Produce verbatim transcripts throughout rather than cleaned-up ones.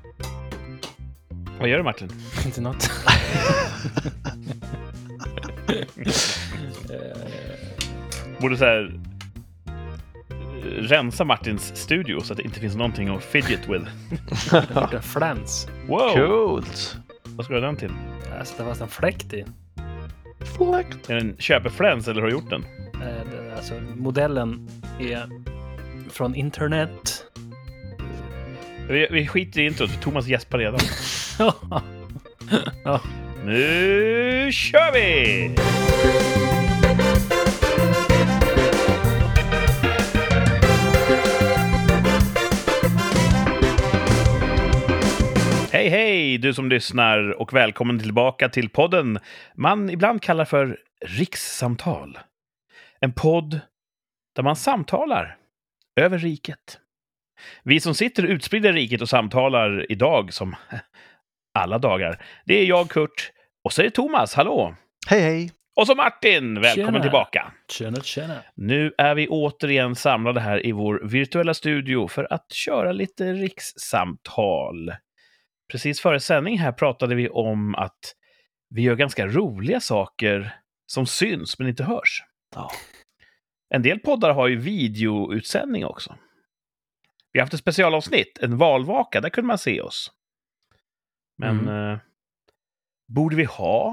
Vad gör du, Martin? Inte något. Borde så här rensa Martins studio så att det inte finns någonting att fidget with. Jag har gjort en flans. Wow! Coolt. Vad ska du ha den till? Alltså, det var en fläkt i. Fläkt. Är det en köpefläns eller har du gjort den? Eh, det- Alltså, modellen är från internet. Vi, vi skiter i introt, för Thomas gäspar redan. Ja. Nu kör vi! Hej hej du som lyssnar och välkommen tillbaka till podden man ibland kallar för Rikssamtal. En podd där man samtalar över riket. Vi som sitter utspridda i riket och samtalar idag som alla dagar, det är jag, Kurt, och så är det Thomas, hallå! Hej hej. Och så Martin, välkommen Tjena. tillbaka! Tjena, tjena. Nu är vi återigen samlade här i vår virtuella studio för att köra lite rikssamtal. Precis före sändning här pratade vi om att vi gör ganska roliga saker som syns men inte hörs. Ja. En del poddar har ju videoutsändning också. Vi har haft ett specialavsnitt, en valvaka, där kunde man se oss. Men Mm. eh, borde vi ha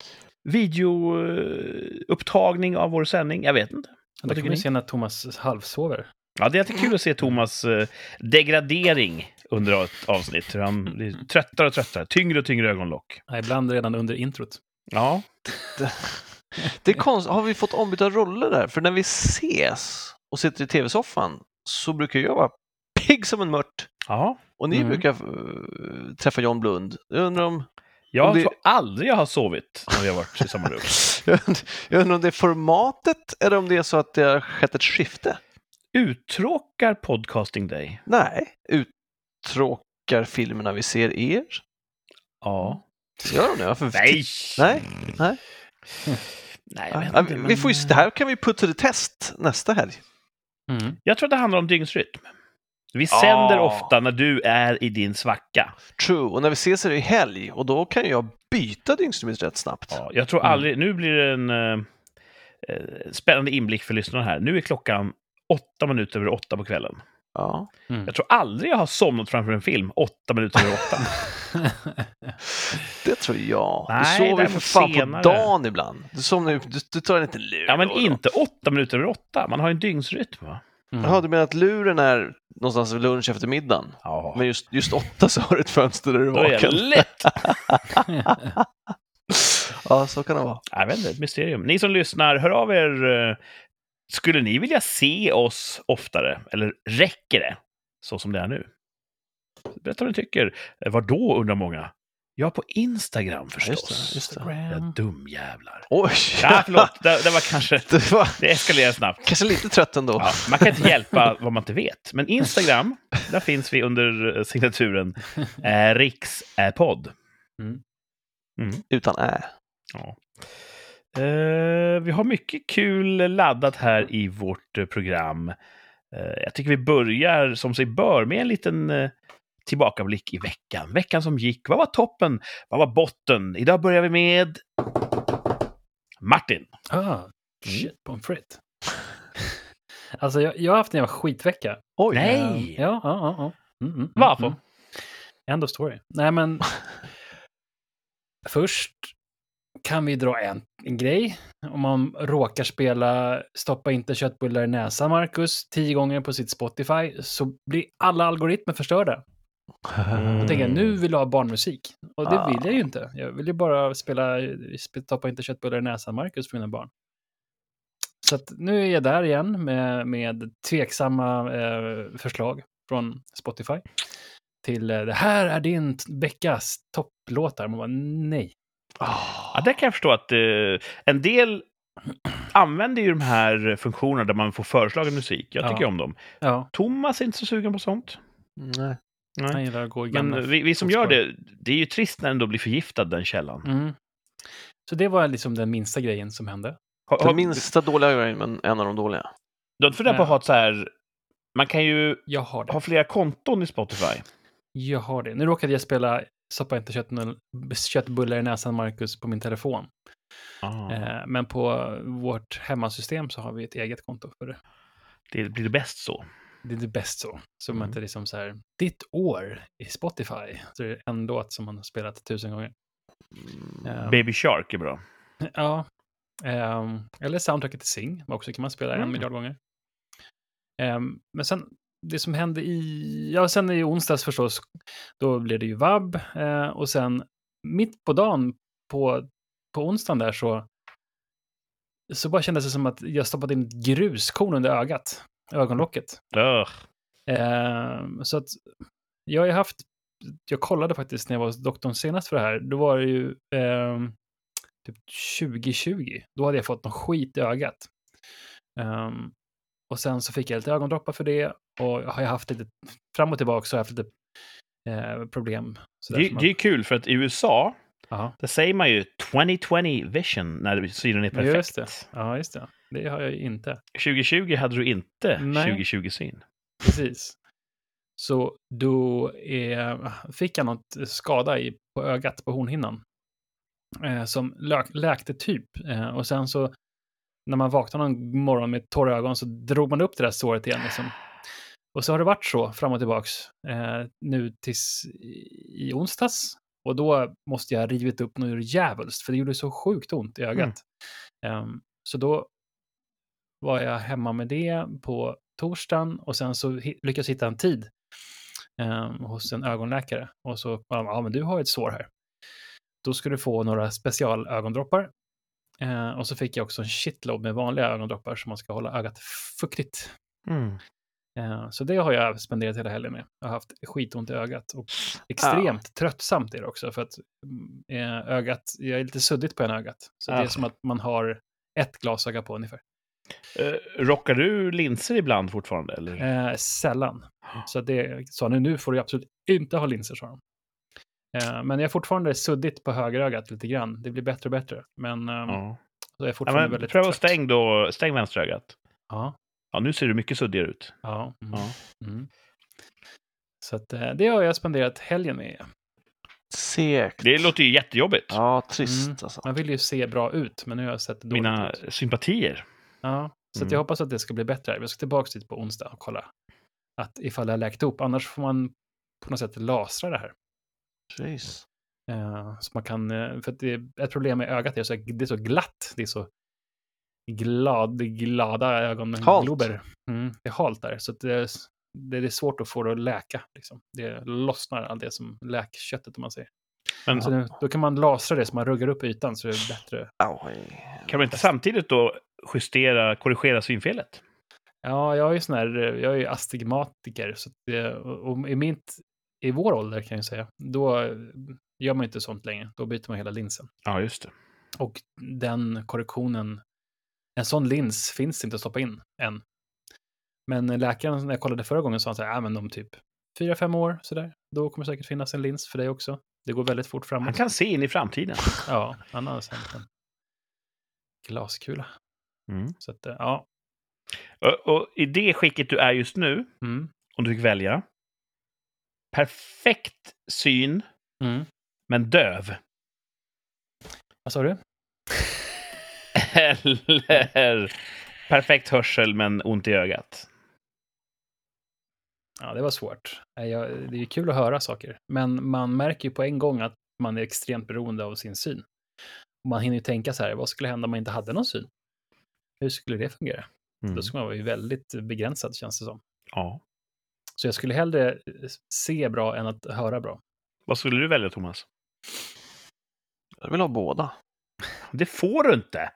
videoupptagning av vår sändning? Jag vet inte. Då Vad tycker kan vi ni? se när Thomas halvsover. Ja, det är alltid kul att se Thomas eh, degradering under ett avsnitt. Hur han blir tröttare och tröttare, tyngre och tyngre ögonlock. Ja, ibland redan under introt. Ja, Det är konstigt. Har vi fått ombytta roller där? För när vi ses och sitter i tv-soffan så brukar jag vara pigg som en mört. ja. Och ni Mm. brukar uh, träffa John Blund. Jag undrar om, Jag Om det- tror aldrig jag har sovit när vi har varit i samma rum. jag undrar, jag undrar om det är formatet eller om det är så att det har skett ett skifte. Uttråkar podcasting dig? Nej, uttråkar filmerna vi ser er? Ja. Gör de det? Varför? Nej! Nej, nej. Nej, jag vet Ja, inte. vi men- får ju, det här kan vi put to the test nästa helg. Mm. Jag tror att det handlar om dygnsrytm. Vi Ja. sänder ofta när du är i din svacka. True, och när vi ses är det i helg och då kan jag byta dygnsrytm rätt snabbt. Ja, jag tror aldrig... Nu blir det en eh, eh, spännande inblick för lyssnarna här. Nu är klockan åtta minuter över åtta på kvällen. Ja. Jag tror aldrig jag har somnat framför en film åtta minuter över åtta. Det tror jag. Nej, du sover ju för däremot fan senare. på dagen ibland. Du, somnar, ju- du, du tar en liten lur. Ja, men då och då. inte åtta minuter över åtta. Man har ju en dygnsrytm, va? Mm. Jaha, du menar att luren är någonstans vid lunch efter middagen? Ja. Men just, just åtta så har du ett fönster där du är Då är jag vaken. lätt! Ja, så kan det vara. Jag vet inte, ett mysterium. Ni som lyssnar, hör av er. eh, Skulle ni vilja se oss oftare? Eller räcker det så som det är nu? Berätta vad ni tycker. Eh, Var då, undrar många? Ja, på Instagram förstås. Just det, just det. Ja, dumjävlar. Oj! Ja, förlåt. Det, det var kanske... Det var Det eskalerar snabbt. kanske lite trött ändå. Ja, man kan inte hjälpa vad man inte vet. Men Instagram, där finns vi under eh, signaturen eh, Rikspodd. Mm. Mm. Utan ä. Ja. Eh, vi har mycket kul laddat här i vårt eh, program. Eh, jag tycker vi börjar som sig bör med en liten eh, tillbakablick i veckan. Veckan som gick. Vad var toppen? Vad var botten? Idag börjar vi med Martin. Ah, shit, pommes frites. Alltså, jag, jag har haft en jävla skitvecka. Oj. Nej. Eh, ja, ja, ja. ja. Mm, mm, mm, Varför? mm. End of story. Nej, men först kan vi dra en, en grej. Om man råkar spela Stoppa inte köttbullar i näsan, Marcus, tio gånger på sitt Spotify, så blir alla algoritmer förstörda. Mm. Då tänker jag, nu vill jag ha barnmusik. Och det Ah. vill jag ju inte. Jag vill ju bara spela Stoppa inte köttbullar i näsan, Marcus, för mina barn. Så att nu är jag där igen med, med tveksamma eh, förslag från Spotify. Till eh, det här är din veckas topplåtar. Man bara, nej. Ja, där kan jag förstå att eh, en del använder ju de här funktionerna där man får föreslagen musik. Jag tycker Ja. om dem. Ja, Thomas är inte så sugen på sånt. Nej. han Nej. gillar att gå i gamla... Men vi, vi som gör det, det är ju trist när den då blir förgiftad, den källan. Mm. Så det var liksom den minsta grejen som hände. Har, Den har, minsta dåliga grejen, men en av de dåliga. du har inte funderat på att ha ett så här... Man kan ju Jag har det. ha flera konton i Spotify. Jag har det. Nu råkade jag spela Soppa inte kött, köttbullar i näsan, Marcus, på min telefon. Ah. Eh, men på vårt hemmasystem så har vi ett eget konto för det. Det blir det bäst så. Det är det bäst så. Så Mm. man inte liksom så här, ditt år i Spotify. Så det är en låt som man har spelat tusen gånger. Um, Baby Shark är bra. Ja. Um, eller soundtracket till Sing. Också kan man spela Mm. en miljard gånger. Um, men sen, det som hände i... Ja, sen i onsdags förstås. Då blev det ju vab. Uh, och sen mitt på dagen på, på onsdagen där så... Så bara kändes det som att jag stoppade in ett gruskorn under ögat. Ögonlocket. Ugh. Uh, så att jag har haft, jag kollade faktiskt när jag var hos doktorn senast för det här, då var det ju uh, typ tjugo tjugo, då hade jag fått någon skit i ögat. Um, och sen så fick jag lite ögondroppar för det, och har jag haft lite fram och tillbaka, så har jag haft lite uh, problem. Det, det är kul, för att i U S A, aha. där säger man ju tjugo tjugo vision när synen är perfekt. Just det. Ja, just det. Det har jag ju inte. tjugo tjugo hade du inte Nej. tjugo tjugo-syn. Precis. Så då är, fick jag något skada i, på ögat, på hornhinnan. Eh, som lä, läkte typ. Eh, och sen så, när man vaknade någon morgon med torra ögon, så drog man upp det där såret igen. Liksom. Och så har det varit så, fram och tillbaks. Eh, nu tills i, i onsdags. Och då måste jag ha rivit upp något djävulskt, för det gjorde så sjukt ont i ögat. Mm. Eh, så då var jag hemma med det på torsdagen, och sen så lyckades jag hitta en tid um, hos en ögonläkare. Och så, ja men du har ett sår här. Då ska du få några specialögondroppar. Uh, och så fick jag också en shitload med vanliga ögondroppar, som man ska hålla ögat fuktigt. Mm. Uh, så det har jag spenderat hela helgen med. Jag har haft skitont i ögat. Och extremt ah. tröttsamt är det också, för att uh, ögat, jag är lite suddigt på en ögat. Så ah. det är som att man har ett glasöga på ungefär. Uh, rockar du linser ibland fortfarande? Eller? Eh, sällan. Så det sa nu, nu får du absolut inte ha linser, sa de. Eh, men jag är fortfarande suddigt på högerögat lite grann. Det blir bättre och bättre. Men, um, ja. så är jag fortfarande ja, men väldigt pröva trött. att stäng då, stäng vänsterögat. Ja. Ja, nu ser du mycket suddigare ut. Ja. Mm. ja. Mm. Så att, eh, det har jag spenderat helgen med. Segt. Det låter ju jättejobbigt. Ja, trist Mm. alltså. Man vill ju se bra ut, men nu har jag sett dåligt Mina ut. sympatier. Ja. Så Mm. att jag hoppas att det ska bli bättre. Jag ska tillbaka dit på onsdag och kolla att ifall det har läkt upp. Annars får man på något sätt lasra det här. Precis. Uh, så man kan, uh, för att det är ett problem med ögat, är så, det är så glatt. Det är så glad, glada ögonglober. Mm, det är halt där. Så att det, är, det är svårt att få det att läka. Liksom. Det lossnar all det som läkköttet, om man säger. Men, så nu, då kan man lasra det så man ruggar upp ytan, så det är bättre. Kan man inte samtidigt då justera, korrigera synfelet? Ja, jag är ju sån här, jag är ju astigmatiker, så det, och i, mitt, i vår ålder kan jag säga, då gör man inte sånt längre. Då byter man hela linsen. Ja, just det. Och den korrektionen, en sån lins finns inte att stoppa in än. Men läkaren, när jag kollade förra gången, sa han så här, ja men om typ fyra, fem år, sådär, då kommer det säkert finnas en lins för dig också. Det går väldigt fort framåt. Han kan se in i framtiden. Ja, han har en glaskula. Mm. Så att, ja. Och, och i det skicket du är just nu, Mm. om du fick välja, perfekt syn, Mm. men döv. Vad sa du? Eller perfekt hörsel, men ont i ögat. Ja, det var svårt. Jag, det är kul att höra saker. Men man märker ju på en gång att man är extremt beroende av sin syn. Och man hinner ju tänka så här, vad skulle hända om man inte hade någon syn? Hur skulle det fungera? Mm. Då skulle man vara ju väldigt begränsad, känns det som. Ja. Så jag skulle hellre se bra än att höra bra. Vad skulle du välja, Thomas? Jag vill ha båda. Det får du inte.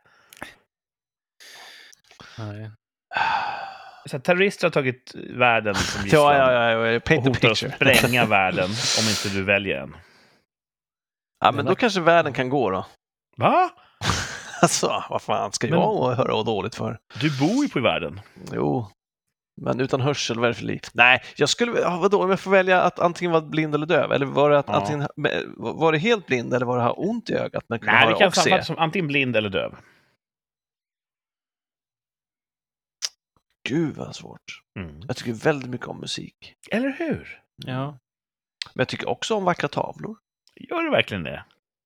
Nej. Så terrorister har tagit världen som gisslan. ja, ja, ja, ja. Paint och hotar att spränga världen om inte du väljer en. Ja, men då kanske världen kan gå då. Va? Alltså, vad fan ska jag men, höra och dåligt för? Du bor ju på i världen. Jo, men utan hörsel, vad är det för liv? Nej, jag skulle, vadå, om jag får välja att antingen vara blind eller döv, eller var det att ja. antingen, var det helt blind eller var det ha ont i ögat? Men nej, det kan sammanfattas som antingen blind eller döv. Gud vad svårt. Mm. Jag tycker väldigt mycket om musik. Eller hur? Ja. Men jag tycker också om vackra tavlor. Gör du verkligen det?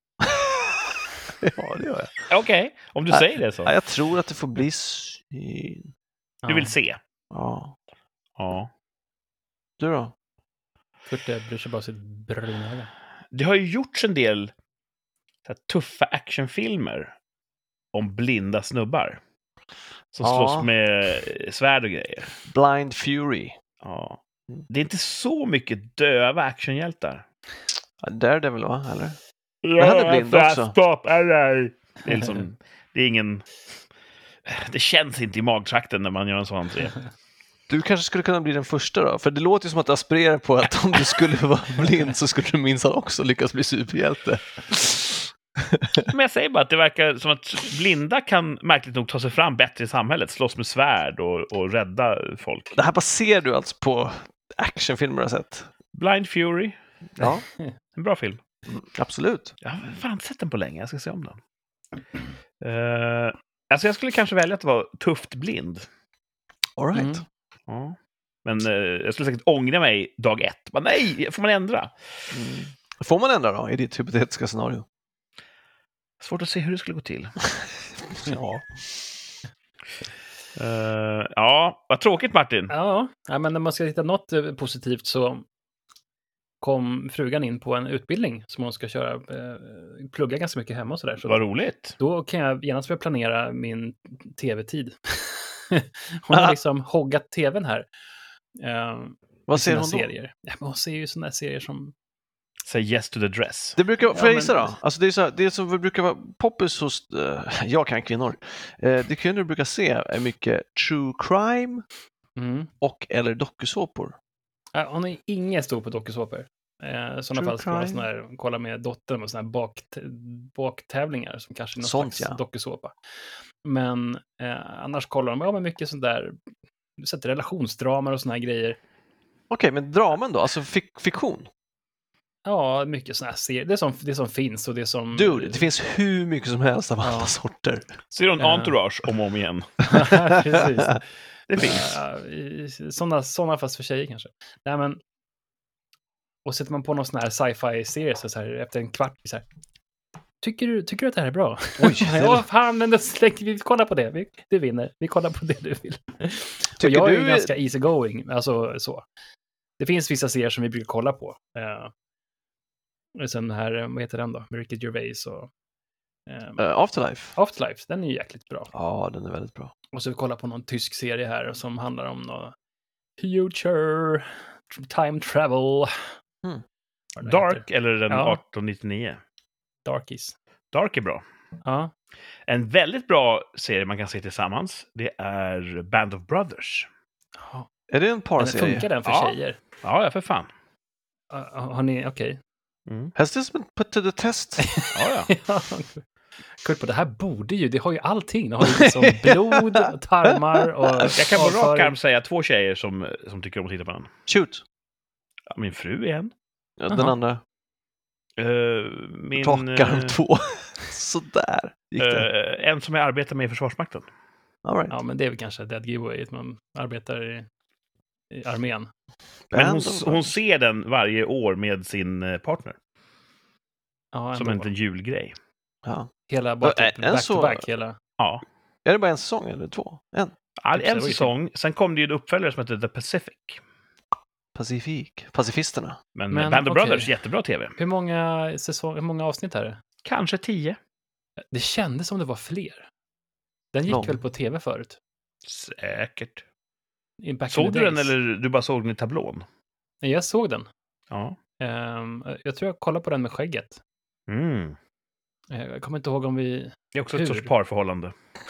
Ja, det gör jag. Okej, okay. Om du Nej, säger det så. Ja, jag tror att det får bli syn. Du vill se? Ja. Ja. Du då? Kurt bryr sig bara sitt bruna öga. Det har ju gjorts en del så här, tuffa actionfilmer om blinda snubbar. Som Ja. slåss med svärd och grejer. Blind Fury. Ja. Det är inte så mycket döva actionhjältar. Ja, Daredevil, va? Eller? Ja, han är blind också. Stopp, eller? Det är liksom, det är ingen... Det känns inte i magtrakten när man gör en sån serie. Du kanske skulle kunna bli den första då? För det låter ju som att du aspirerar på att om du skulle vara blind så skulle du minsann också lyckas bli superhjälte. Men jag säger bara att det verkar som att blinda kan märkligt nog ta sig fram bättre i samhället. Slåss med svärd och, och rädda folk. Det här baserar du alltså på actionfilmer du har sett? Blind Fury. Ja. En bra film. Mm, absolut. Jag har fan inte sett den på länge. Jag ska se om den. Uh, alltså jag skulle kanske välja att vara tufft blind. All right. Mm. Ja. Men uh, jag skulle säkert ångra mig dag ett. Men nej, får man ändra? Mm. Får man ändra då i ditt hypotetiska scenario? Svårt att se hur det skulle gå till. Ja. Uh, ja, vad tråkigt Martin. Ja, ja, men när man ska hitta något eh, positivt så kom frugan in på en utbildning som hon ska köra, eh, plugga ganska mycket hemma och sådär. Så vad roligt. då kan jag genast börja planera min tv-tid. Hon har liksom hoggat tvn här. Eh, Vad ser hon då? serier. Ja, men hon ser ju sådana serier som... Say yes to the dress. Det brukar, får Ja, jag gissa men- då? Alltså det är så här, det som brukar vara poppis hos, uh, jag kan kvinnor. Uh, det kvinnor brukar se är mycket true crime Mm. och eller dokusåpor. Ja, hon är ingen stor på dokusåpor. Eh, I sådana True fall ska man crime. sån här, kolla med dottern och såna här bak, baktävlingar som kanske är någon Sånt, slags ja. dokusåpa. Men eh, annars kollar de ja, men mycket sånt där, du sätter relationsdramar och såna här grejer. Okej, men draman då? Alltså fik- fiktion? Ja, mycket såna här serier. Det som, det som finns och det som... Dude, det finns hur mycket som helst av alla Ja. sorter. Ser hon Ja. Entourage om och om igen? Precis. Det finns. Uh, sådana, sådana fast för tjejer kanske. Nej, men... Och sätter man på någon sån här sci-fi-serie så, så här, efter en kvart så här, Tycker du, tycker du att det här är bra? Oj, ja, fan, men då släcker vi kollar på det. Vi, du vinner. Vi kollar på det du vill. Och jag är ju du- ganska easy going, alltså så. Det finns vissa serier som vi brukar kolla på. Uh, och sen här, vad heter den då? Ricky Gervais och um, Uh, Afterlife? Afterlife, den är ju jäkligt bra. Ja, den är väldigt bra. Och så vi kollar på någon tysk serie här som handlar om någon future, time travel. Mm. Vad den Dark heter. eller den Ja. arton nittionio? Darkies. Dark är bra. Ja. En väldigt bra serie man kan se tillsammans, det är Band of Brothers. Ja. Är det en Men parserie? funkar den för Ja. tjejer? Ja, ja, för fan. Uh, har ni, okej. Mm. Has this been put to the test? Ja, ja. Ja. Kurt, på det här borde ju, det har ju allting. Det har ju liksom blod, och tarmar och... Jag kan på rak avföring. arm säga två tjejer som, som tycker om att titta på den. Shoot. Ja, min fru är en. Ja, den Jaha. andra. Uh, min, Rakarm eh, två. Sådär gick det. eh, en som jag arbetar med i Försvarsmakten. All right. Ja, men det är väl kanske dead giveaway, att man arbetar i, i armén. Men hon, Band of hon Brothers. ser den varje år med sin eh, partner. Ja, Som ändå. en liten julgrej. Ja. Hela, bara Ja, typ en back så- to back, hela... Ja. Är det bara en säsong eller två? En? Ja, Typ så, en det var ju säsong. Sen kom det ju en uppföljare som heter The Pacific. Pacifik. Pacifisterna. Men, Men, Band of okej. Brothers, jättebra tv. Hur många, säsong, hur många avsnitt är det? Kanske tio. Det kändes som det var fler. Den gick Lång. väl på tv förut? Säkert. I back in Såg the du den days. eller du bara såg den i tablån? Nej, jag såg den. Ja. Ehm, jag tror jag kollade på den med skägget. Mm. Eh, Jag kommer inte ihåg om vi... Det är också Hur? ett sorts parförhållande.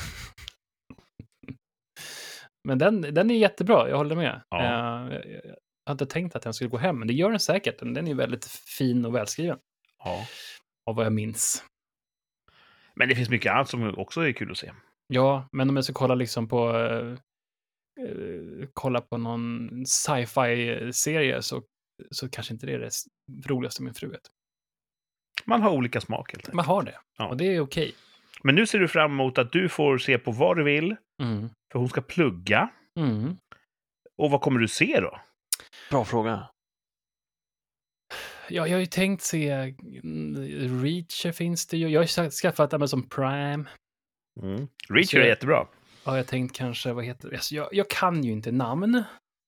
Men den, den är jättebra, jag håller med. Ja. Eh, jag, jag har inte tänkt att den skulle gå hem, men det gör den säkert. Den är väldigt fin och välskriven, Ja. av vad jag minns. Men det finns mycket annat som också är kul att se. Ja, men om jag ska kolla liksom på... eh, eh, kolla på någon sci-fi-serie så, så kanske inte det är det s- roligaste min fru vet. Man har olika smak helt enkelt. Man har det, Ja. och det är okej. Men nu ser du fram emot att du får se på vad du vill. Mm. För hon ska plugga. Mm. Och vad kommer du se då? Bra fråga. Ja, jag har ju tänkt se mm, Reacher finns det ju. Jag har ju skaffat Amazon Prime. Mm. Reacher är jättebra. Ja, jag har tänkt kanske, vad heter det? Alltså, jag, jag kan ju inte namn.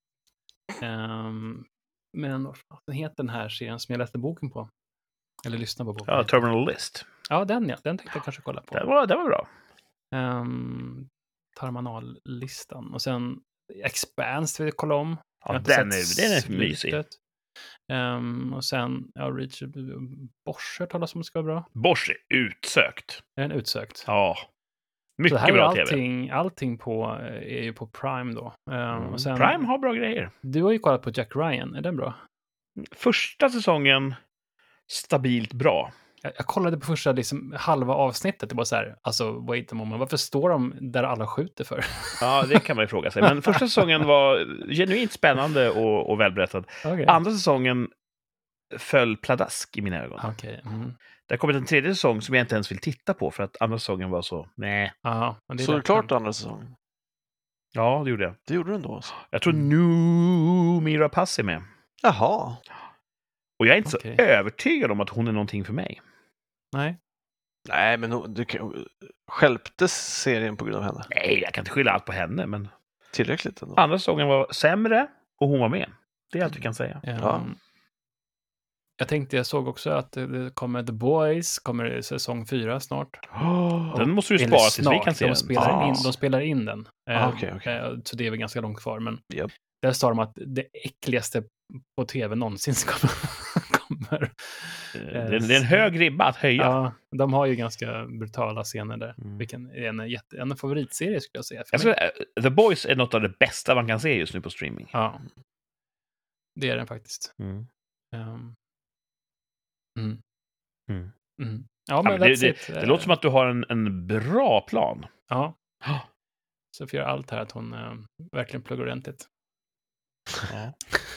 Um, men vad fan heter den här serien som jag läste boken på? Eller lyssnade på. Ja, Terminal List. Ja, den ja. Den tänkte jag kanske kolla på. Det var, det var bra. Um, Terminallistan. Och sen Expanse vill jag kolla om. Ja, jag den är, den är mysig. Um, och sen, ja, Richard Bosch talas om det ska vara bra. Bosch är utsökt. Är den utsökt? Ja. Mycket så det här bra är allting, tv. Allting på, är ju på Prime då. Um, Mm. och sen, Prime har bra grejer. Du har ju kollat på Jack Ryan. Är den bra? Första säsongen stabilt bra. Jag, jag kollade på första liksom, halva avsnittet. Det var så här, alltså, wait a moment. Varför står de där alla skjuter för? Ja, det kan man ju fråga sig. Men första säsongen var genuint spännande och, och välberättad. Okay. Andra säsongen föll pladask i mina ögon. Okay. Mm. Det har kommit en tredje säsong som jag inte ens vill titta på för att andra säsongen var så, nej. Aha, det så är det klart andra säsongen? Ja, det gjorde jag. Det gjorde du ändå alltså. Jag tror nu Mira Pass är med. Jaha. Och jag är inte okay. så övertygad om att hon är någonting för mig. Nej. Nej, men du kan... Skälptes serien på grund av henne? Nej, jag kan inte skylla allt på henne, men... Tillräckligt ändå. Andra säsongen var sämre och hon var med. Det är allt vi kan säga. Um, ja. Jag tänkte, jag såg också att det kommer The Boys, kommer säsong fyra snart. Oh, den måste du Eller spara snart. tills vi kan se de den. spelar, Ah. in, de spelar in den. Ah, um, okay, okay. Uh, så det är väl ganska långt kvar. Men yep. där sa de att det äckligaste på tv någonsin kommer. kommer. Det är, det är en hög ribba att höja. Ja, de har ju ganska brutala scener där. Mm. Vilken är en, jätte, en favoritserie skulle jag säga. För jag tror, The Boys är något av det bästa man kan se just nu på streaming. Ja, det är den faktiskt. Mm. Um, mm. Mm. Mm. Ja, men, ja, men det, det, it. det låter som att du har en, en bra plan. Ja. Så för att göra allt här att hon äh, verkligen pluggar ordentligt. Ja.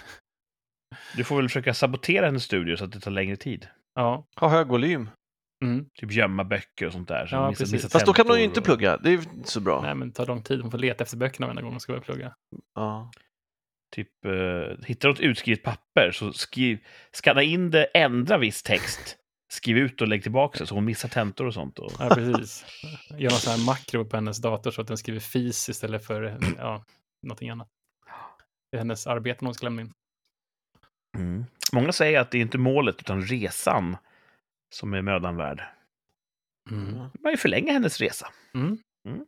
Du får väl försöka sabotera hennes studio så att det tar längre tid. Ja. Ha hög volym. Mm. Typ gömma böcker och sånt där. Så ja, missa, missa Fast då kan hon ju och... inte plugga. Det är ju inte så bra. Nej, men det tar lång tid. Hon får leta efter böckerna varje gång hon ska börja plugga. Ja. Typ, uh, hittar du ett utskrivet papper så skriv, skanna in det, ändra viss text. Skriv ut och lägg tillbaka det så hon missar tentor och sånt. Och... Ja, precis. Gör någon sån här makro på hennes dator så att den skriver fis istället för ja, någonting annat. Det är hennes arbete hon ska lämna in. Mm. Många säger att det är inte målet utan resan som är mödan värd. Mm. Man ju förlänga hennes resa. Mm. Mm.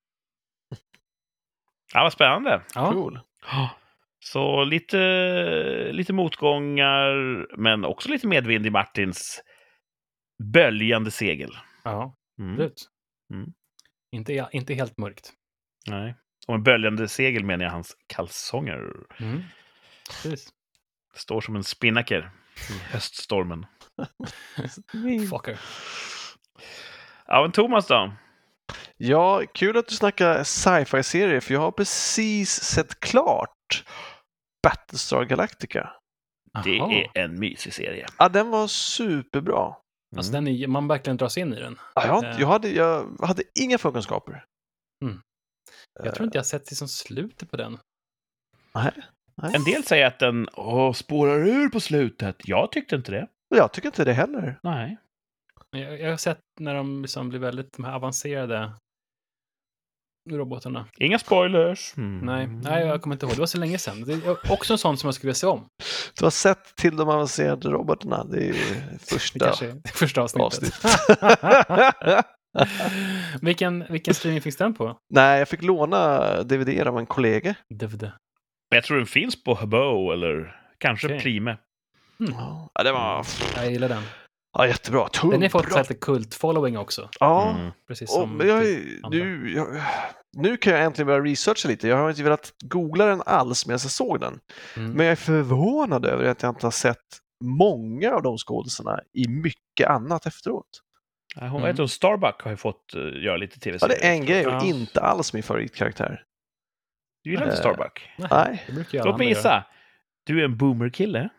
Ja, vad spännande. Ja. Cool. Så lite, lite motgångar, men också lite medvind i Martins böljande segel. Ja, Mm. absolut. Mm. Inte, inte helt mörkt. Nej. Och en böljande segel menar jag hans kalsonger. Mm. Precis. Står som en spinnaker i höststormen. Fucker. Ja, men Thomas då? Ja, kul att du snackar sci-fi-serier, för jag har precis sett klart Battlestar Galactica. Det Aha. är en mysig serie. Ja, den var superbra. Mm. Alltså den är, man verkligen dras in i den. Ja, jag, jag, hade, jag hade inga förkunskaper. Mm. Jag tror inte jag har sett liksom slutet på den. Nej. Nej. En del säger att den åh, spårar ur på slutet. Jag tyckte inte det. Jag tycker inte det heller. Nej. Jag, jag har sett när de liksom blir väldigt de här avancerade robotarna. Inga spoilers. Mm. Nej, nej, jag kommer inte ihåg. Det var så länge sedan. Det är också en sån som jag skulle vilja se om. Du har sett till de avancerade robotarna. Det är ju första, Det kanske är första avsnittet. avsnitt. vilken, vilken streaming finns den på? Nej, jag fick låna D V D av en kollega. D V D. Jag tror den finns på Habbo eller kanske Okej. Prime. Mm. Ja, det var Jag gillar den. ja, jättebra. Tung, Den har fått bra. lite kult-following också. Ja, Mm. Precis och, som men jag, typ andra. nu, jag, nu kan jag äntligen börja researcha lite. Jag har inte velat googla den alls medan jag såg den. Mm. Men jag är förvånad över att jag inte har sett många av de skådespelarna i mycket annat efteråt. Ja, hon, Mm. vet du, Starbuck har ju fått uh, göra lite Ja, tv-serier. det är en grej och Ja. inte alls min favoritkaraktär. Du gillar inte Eh, Starbuck? Nej. Det brukar ju alla Låt mig andra göra. gissa. Du är en boomer-kille.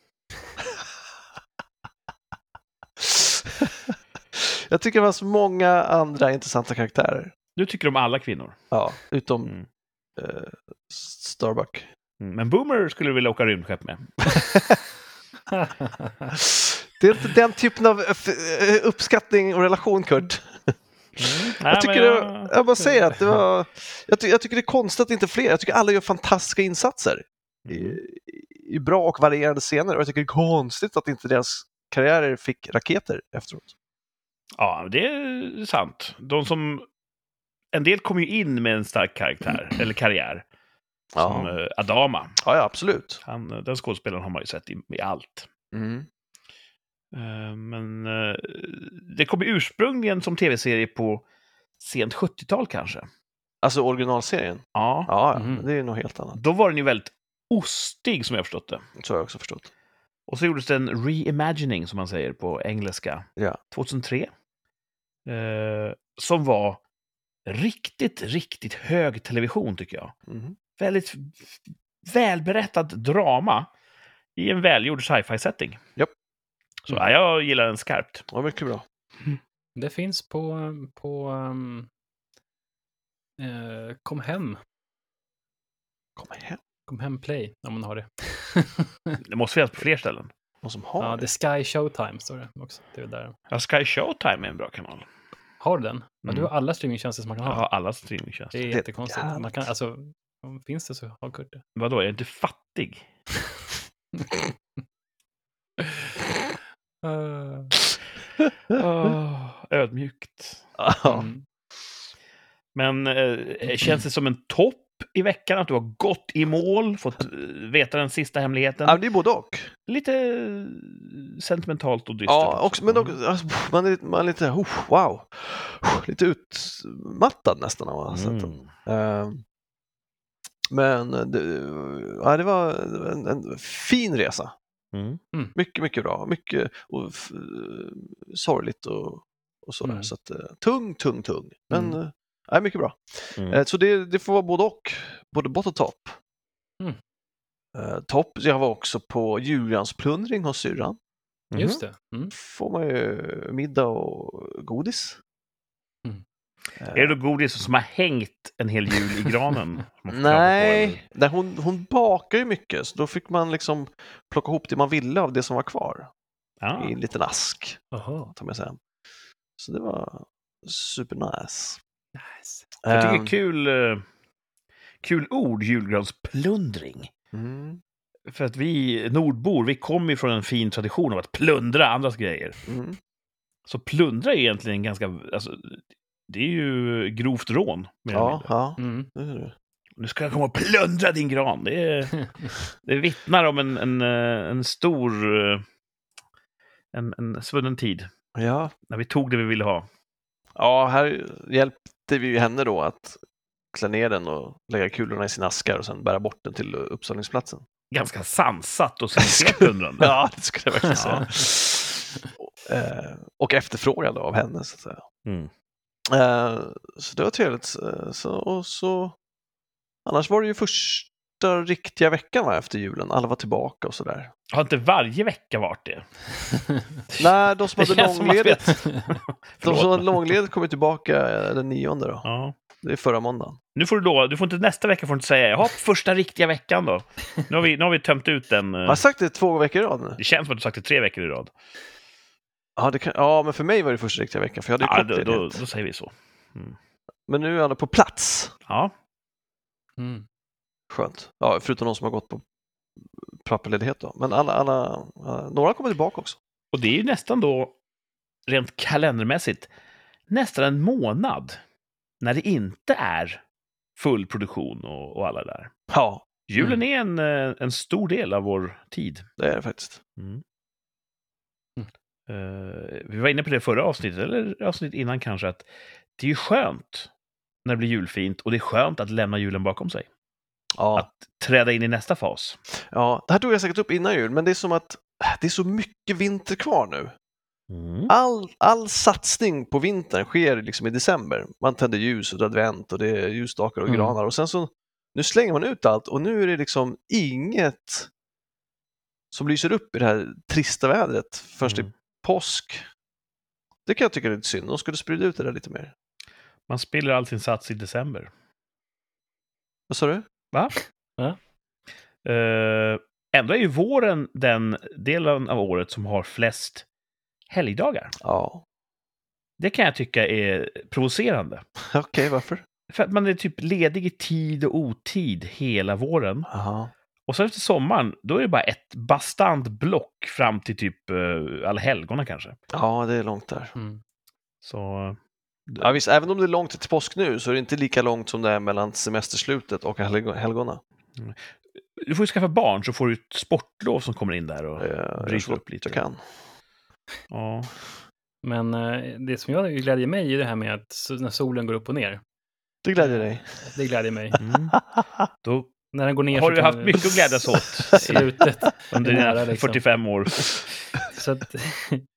Jag tycker det fanns många andra intressanta karaktärer. Du tycker om alla kvinnor. Ja, utom Mm. eh, Starbuck. Mm. Men boomer skulle du vilja åka rymdskepp med. Det är inte den typen av uppskattning och relation, Kurt. Mm. Jag Nej, tycker men det, jag bara säger att det var, jag, ty, jag tycker det är konstigt att inte fler, jag tycker alla gör fantastiska insatser i, i bra och varierande scener, och jag tycker det är konstigt att inte deras karriärer fick raketer efteråt. Ja, det är sant. De som... En del kommer ju in med en stark karaktär, eller karriär. Som Ja. eh, Adama. Ja, ja, absolut. Han, den skådespelaren har man ju sett i, i allt. Mm. Eh, men eh, det kom ju ursprungligen som tv-serie på sent sjuttiotal kanske. Alltså originalserien? Ja. Ja, ja. Mhm. Det är nog helt annat. Då var den ju väldigt ostig som jag förstått det. Så har jag också förstått. Och så gjordes det en reimagining, som man säger på engelska, Ja. tjugohundratre. Eh, som var riktigt, riktigt hög television, tycker jag. Mm. Väldigt välberättat drama i en välgjord sci-fi-setting. Japp. Så ja, jag gillar den skarpt. Ja, mycket bra. Det finns på, på um, eh, Kom hem. Kom hem. Kom hem Play, om man har det. Det måste finnas på fler ställen. Någon som har Ja, det. The Sky Showtime står det också. Det är där. Ja, Sky Showtime är en bra kanal. Har du den? Ja, Mm. du har alla streamingtjänster som man kan Jag ha. har alla streamingtjänster. Det är Det är jättekonstigt. galet. Man kan, alltså, om finns det så har Kurt det. Vadå, jag är inte fattig? Uh, Oh, ödmjukt. Ja. mm. Men eh, känns det som en topp i veckan att du har gått i mål, fått eh, veta den sista hemligheten? Ja, det är både och. Lite eh, sentimentalt och dystert. Ja, också, men också, alltså, man är, lite- man är lite, oh, wow, lite utmattad nästan av att ha sett den. Mm. Eh, Men det, ja, det var en, en fin resa. Mm. Mycket, mycket bra. Mycket och, f, sorgligt och, och sådär. Mm. Så att, eh, tung, tung, tung. Men Mm. mm. ja, mycket bra. Mm. Eh, Så det, det får vara både och. Både bott och topp. Mm. Eh, topp, jag var också på julgransplundring hos syrran. Mhm. Just det. Mm. Får man ju middag och godis. Mm. Eh, Är det då godis som har hängt en hel jul i granen? Man får knappa på, eller? Nej, nej hon, hon bakar ju mycket, så då fick man liksom plocka ihop det man ville av det som var kvar Ja. i en liten ask, Jaha. ta med sig hem. Så det var super nice. Nice. Jag tycker det Ehm, är kul, eh, kul ord, julgransplundring. Mm, För att vi nordbor, vi kommer ju från en fin tradition av att plundra andras grejer. mm. Så plundra är egentligen ganska... Alltså, det är ju grovt rån. Mer eller Ja, mindre. ja. Mm. Det är det. Nu ska jag komma och plundra din gran. Det, är, det vittnar om en, en, eh, en stor... eh, En, en svunnen tid. Ja. När vi tog det vi ville ha. ja, här hjälpte vi ju henne då att klä ner den och lägga kulorna i sina askar och sen bära bort den till uppställningsplatsen. Ganska sansat och sincert plundrande. Ja, det skulle jag verkligen säga. Eh, och efterfrågad av henne, så att säga. Mm. Eh, så det var trevligt. Eh, Så, och så, annars var det ju första riktiga veckan, va, efter julen. Alla var tillbaka och sådär. Har inte varje vecka varit det? Nej, de som Det hade känns som att vi- långledigt, de Förlåt. som hade långledigt kom ju tillbaka den nionde då. Ja. Det är förra måndagen. Nu får du då, du får inte nästa vecka får du inte säga, jaha, första riktiga veckan då. Nu har vi, nu har vi tömt ut den. eh, Har jag sagt det två veckor i rad nu? Det känns som att du sagt det tre veckor i rad. Ja, det kan, ja, men för mig var det första riktiga veckan, för jag hade ju Ja, kort då, då, ledighet. då säger vi så. Mm. Men nu är alla på plats. Ja, Mm. Skönt. Ja, förutom de som har gått på pappaledighet då. Men alla, alla, alla, några kommer tillbaka också. och det är ju nästan då, rent kalendermässigt, nästan en månad när det inte är full produktion och, och alla där. Ja, Julen är en, eh, en stor del av vår tid. det är det faktiskt. Mm. Mm. Eh, vi var inne på det förra avsnittet, eller avsnitt innan kanske, att det är ju skönt när det blir julfint och det är skönt att lämna julen bakom sig. Ja. Att träda in i nästa fas. Ja, det här tog jag säkert upp innan jul, men det är som att det är så mycket vinter kvar nu. Mm. All, all satsning på vintern sker liksom i december. Man tänder ljus och advent och det är ljusstakar och Mm. granar och sen så nu slänger man ut allt och nu är det liksom inget som lyser upp i det här trista vädret först i Mm. påsk. Det kan jag tycka är lite synd. De skulle sprida ut det där lite mer. Man spiller all sin sats i december. Vad sa du? Va? Ja. Eh, ändå är ju våren den delen av året som har flest helgdagar. Ja. Det kan jag tycka är provocerande. Okej, okay, varför? För att man är typ ledig i tid och otid hela våren. Aha. Och så efter sommaren, då är det bara ett bastant block fram till typ uh, allhelgona kanske. Ja, det är långt där. Mm. Så... Ja, visst, även om det är långt till påsk nu så är det inte lika långt som det är mellan semesterslutet och helg- helgona. Mm. Du får ju skaffa barn så får du ett sportlov som kommer in där och jag bryter upp lite. Jag kan. Ja. Men eh, det som jag glädjer mig är det här med att so- när solen går upp och ner. Det glädjer dig. Det glädjer mig. Mm. Då När den går ner har så du kan- haft mycket att glädjas åt slutet. under är dina nära, liksom. fyrtiofem år. Så att, eh,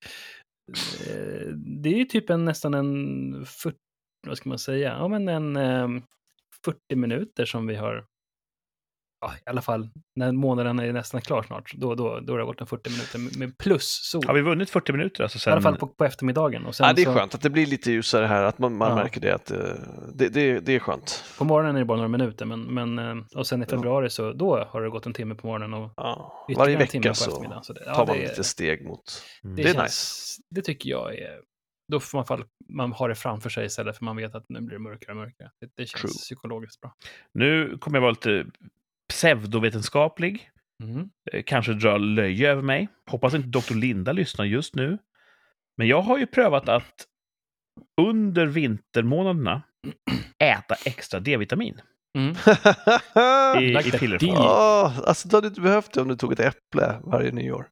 det är ju typ en nästan en fyrtio, vad ska man säga, ja men en eh, fyrtio minuter som vi har, ja, i alla fall när månaden är nästan klar snart, då, då, då har det gått en fyrtio minuter med- med plus sol. Har vi vunnit fyrtio minuter alltså I sen? alla fall på, på eftermiddagen. Och sen Ja, det är så, skönt att det blir lite ljusare här, att man, man Ja. märker det, att eh, det, det, det är skönt. på morgonen är det bara några minuter, men, men eh, och sen i februari så då har det gått en timme på morgonen och Ja. ytterligare Varje en timme vecka på så eftermiddagen. Så det, ja, tar man det, lite steg mot... Mm. det, det är känns, det tycker jag är, då får man, i alla fall, man har det framför sig istället för man vet att nu blir det mörkare och mörkare. Det, det känns True. psykologiskt bra. Nu kommer jag vara lite pseudovetenskaplig. Mm. Eh, Kanske dra löje över mig. Hoppas inte doktor Linda lyssnar just nu. Men jag har ju prövat att under vintermånaderna äta extra D-vitamin Mm. i, Like i that pillerform. D. oh, alltså du hade inte behövt det om du tog ett äpple varje nyår.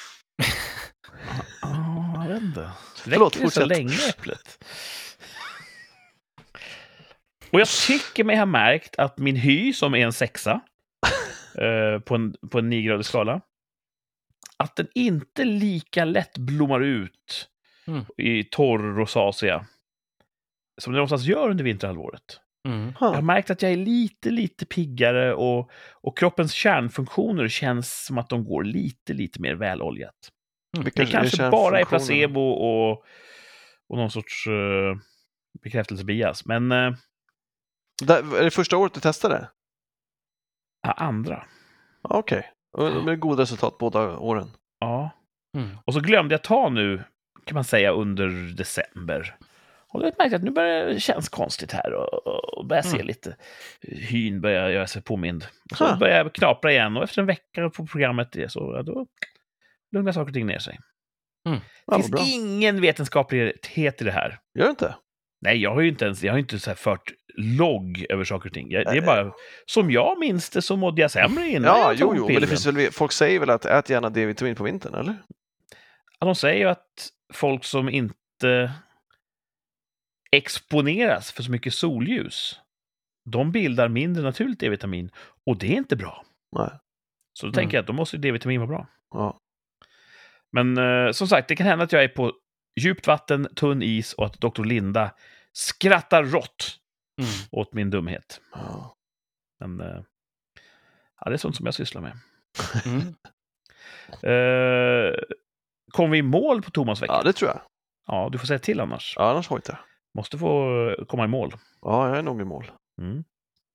Ja, jag vet inte. Förlåt, Räcker det så fortsätt. länge äpplet? Och jag tycker mig ha märkt att min hy, som är en sexa eh, på en, på en niogradig skala, att den inte lika lätt blommar ut Mm. i torr rosacea som den oftast gör under vinterhalvåret. Mm. Jag har märkt att jag är lite, lite piggare och, och kroppens kärnfunktioner känns som att de går lite, lite mer väloljat. Vilka Det kanske kärnfunktioner? bara är placebo och, och någon sorts uh, bekräftelsebias. Men uh, Där, är det första året du testade? andra. Ja, Okej, okay. Och med goda resultat båda åren. Ja. Mm. Och så glömde jag ta nu, kan man säga, under december. Och då har jag märkt att nu börjar det kännas konstigt här och, och börjar se Mm. lite. Hyn börjar göra sig påmind. Och så Huh. börjar jag knapra igen och efter en vecka på programmet det, så ja, då lugnar saker och ting ner sig. Mm. Det Ja, finns vad bra. ingen vetenskaplighet i det här. Gör det inte? Nej, jag har ju inte ens jag har inte så här fört logg över saker och ting. Jag, det är bara, som jag minns det så mådde jag sämre innan Ja, jag tog jo, jo, men pillren. det finns väl, folk säger väl att ät gärna D-vitamin på vintern, eller? Ja, de säger ju att folk som inte exponeras för så mycket solljus, de bildar mindre naturligt D-vitamin. Och det är inte bra. Nej. Så då Mm. tänker jag att då måste D-vitamin vara bra. Ja. Men eh, som sagt, det kan hända att jag är på djupt vatten, tunn is och att doktor Linda skrattar rått Mm. åt min dumhet. Ja. Men eh, ja, det är sånt som jag sysslar med. Mm. Eh, kom vi i mål på Thomas-veckan? ja, det tror jag. Ja, du får säga till annars. Ja, annars hojtar jag. Måste få komma i mål. Ja, jag är nog i mål. Mm.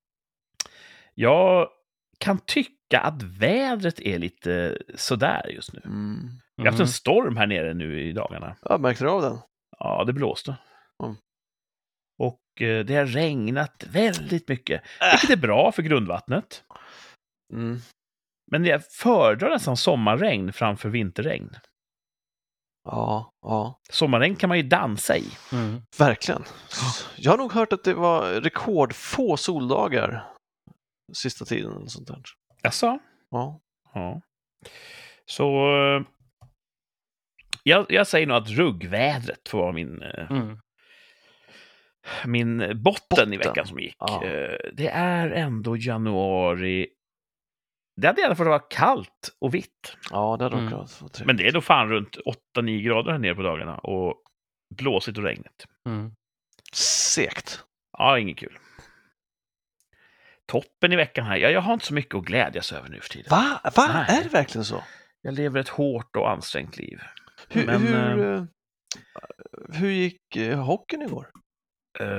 Jag kan tycka att vädret är lite sådär just nu. Mm. Vi har haft en storm här nere nu i dagarna. Ja, märkte du av den? Ja, det blåste. Mm. Och eh, det har regnat väldigt mycket. Vilket är bra för grundvattnet. Mm. Men jag föredrar nästan sommarregn framför vinterregn. Ja, ja, Sommarregn kan man ju dansa i. Mm. verkligen. Jag har nog hört att det var rekordfå soldagar sista tiden eller sånt där. Jaså? Ja. Ja. Så eh, jag, jag säger nog att ruggvädret får vara min, eh, Mm. min botten, Botten. i veckan som gick. Ja. Eh, Det är ändå januari. Det hade i alla fall varit kallt och vitt. Ja, det hade Mm. mm. kunnat vara trevligt. Men det är då fan runt åtta nio grader här nere på dagarna. Och blåsigt och regnigt. Mm. Segt. Ja, inget kul. Toppen i veckan här. Ja, jag har inte så mycket att glädjas över nu för tiden. Va? Va? Nej. Är det verkligen så? Jag lever ett hårt och ansträngt liv. Hur, Men, hur, eh, eh, hur gick eh, hockeyn igår?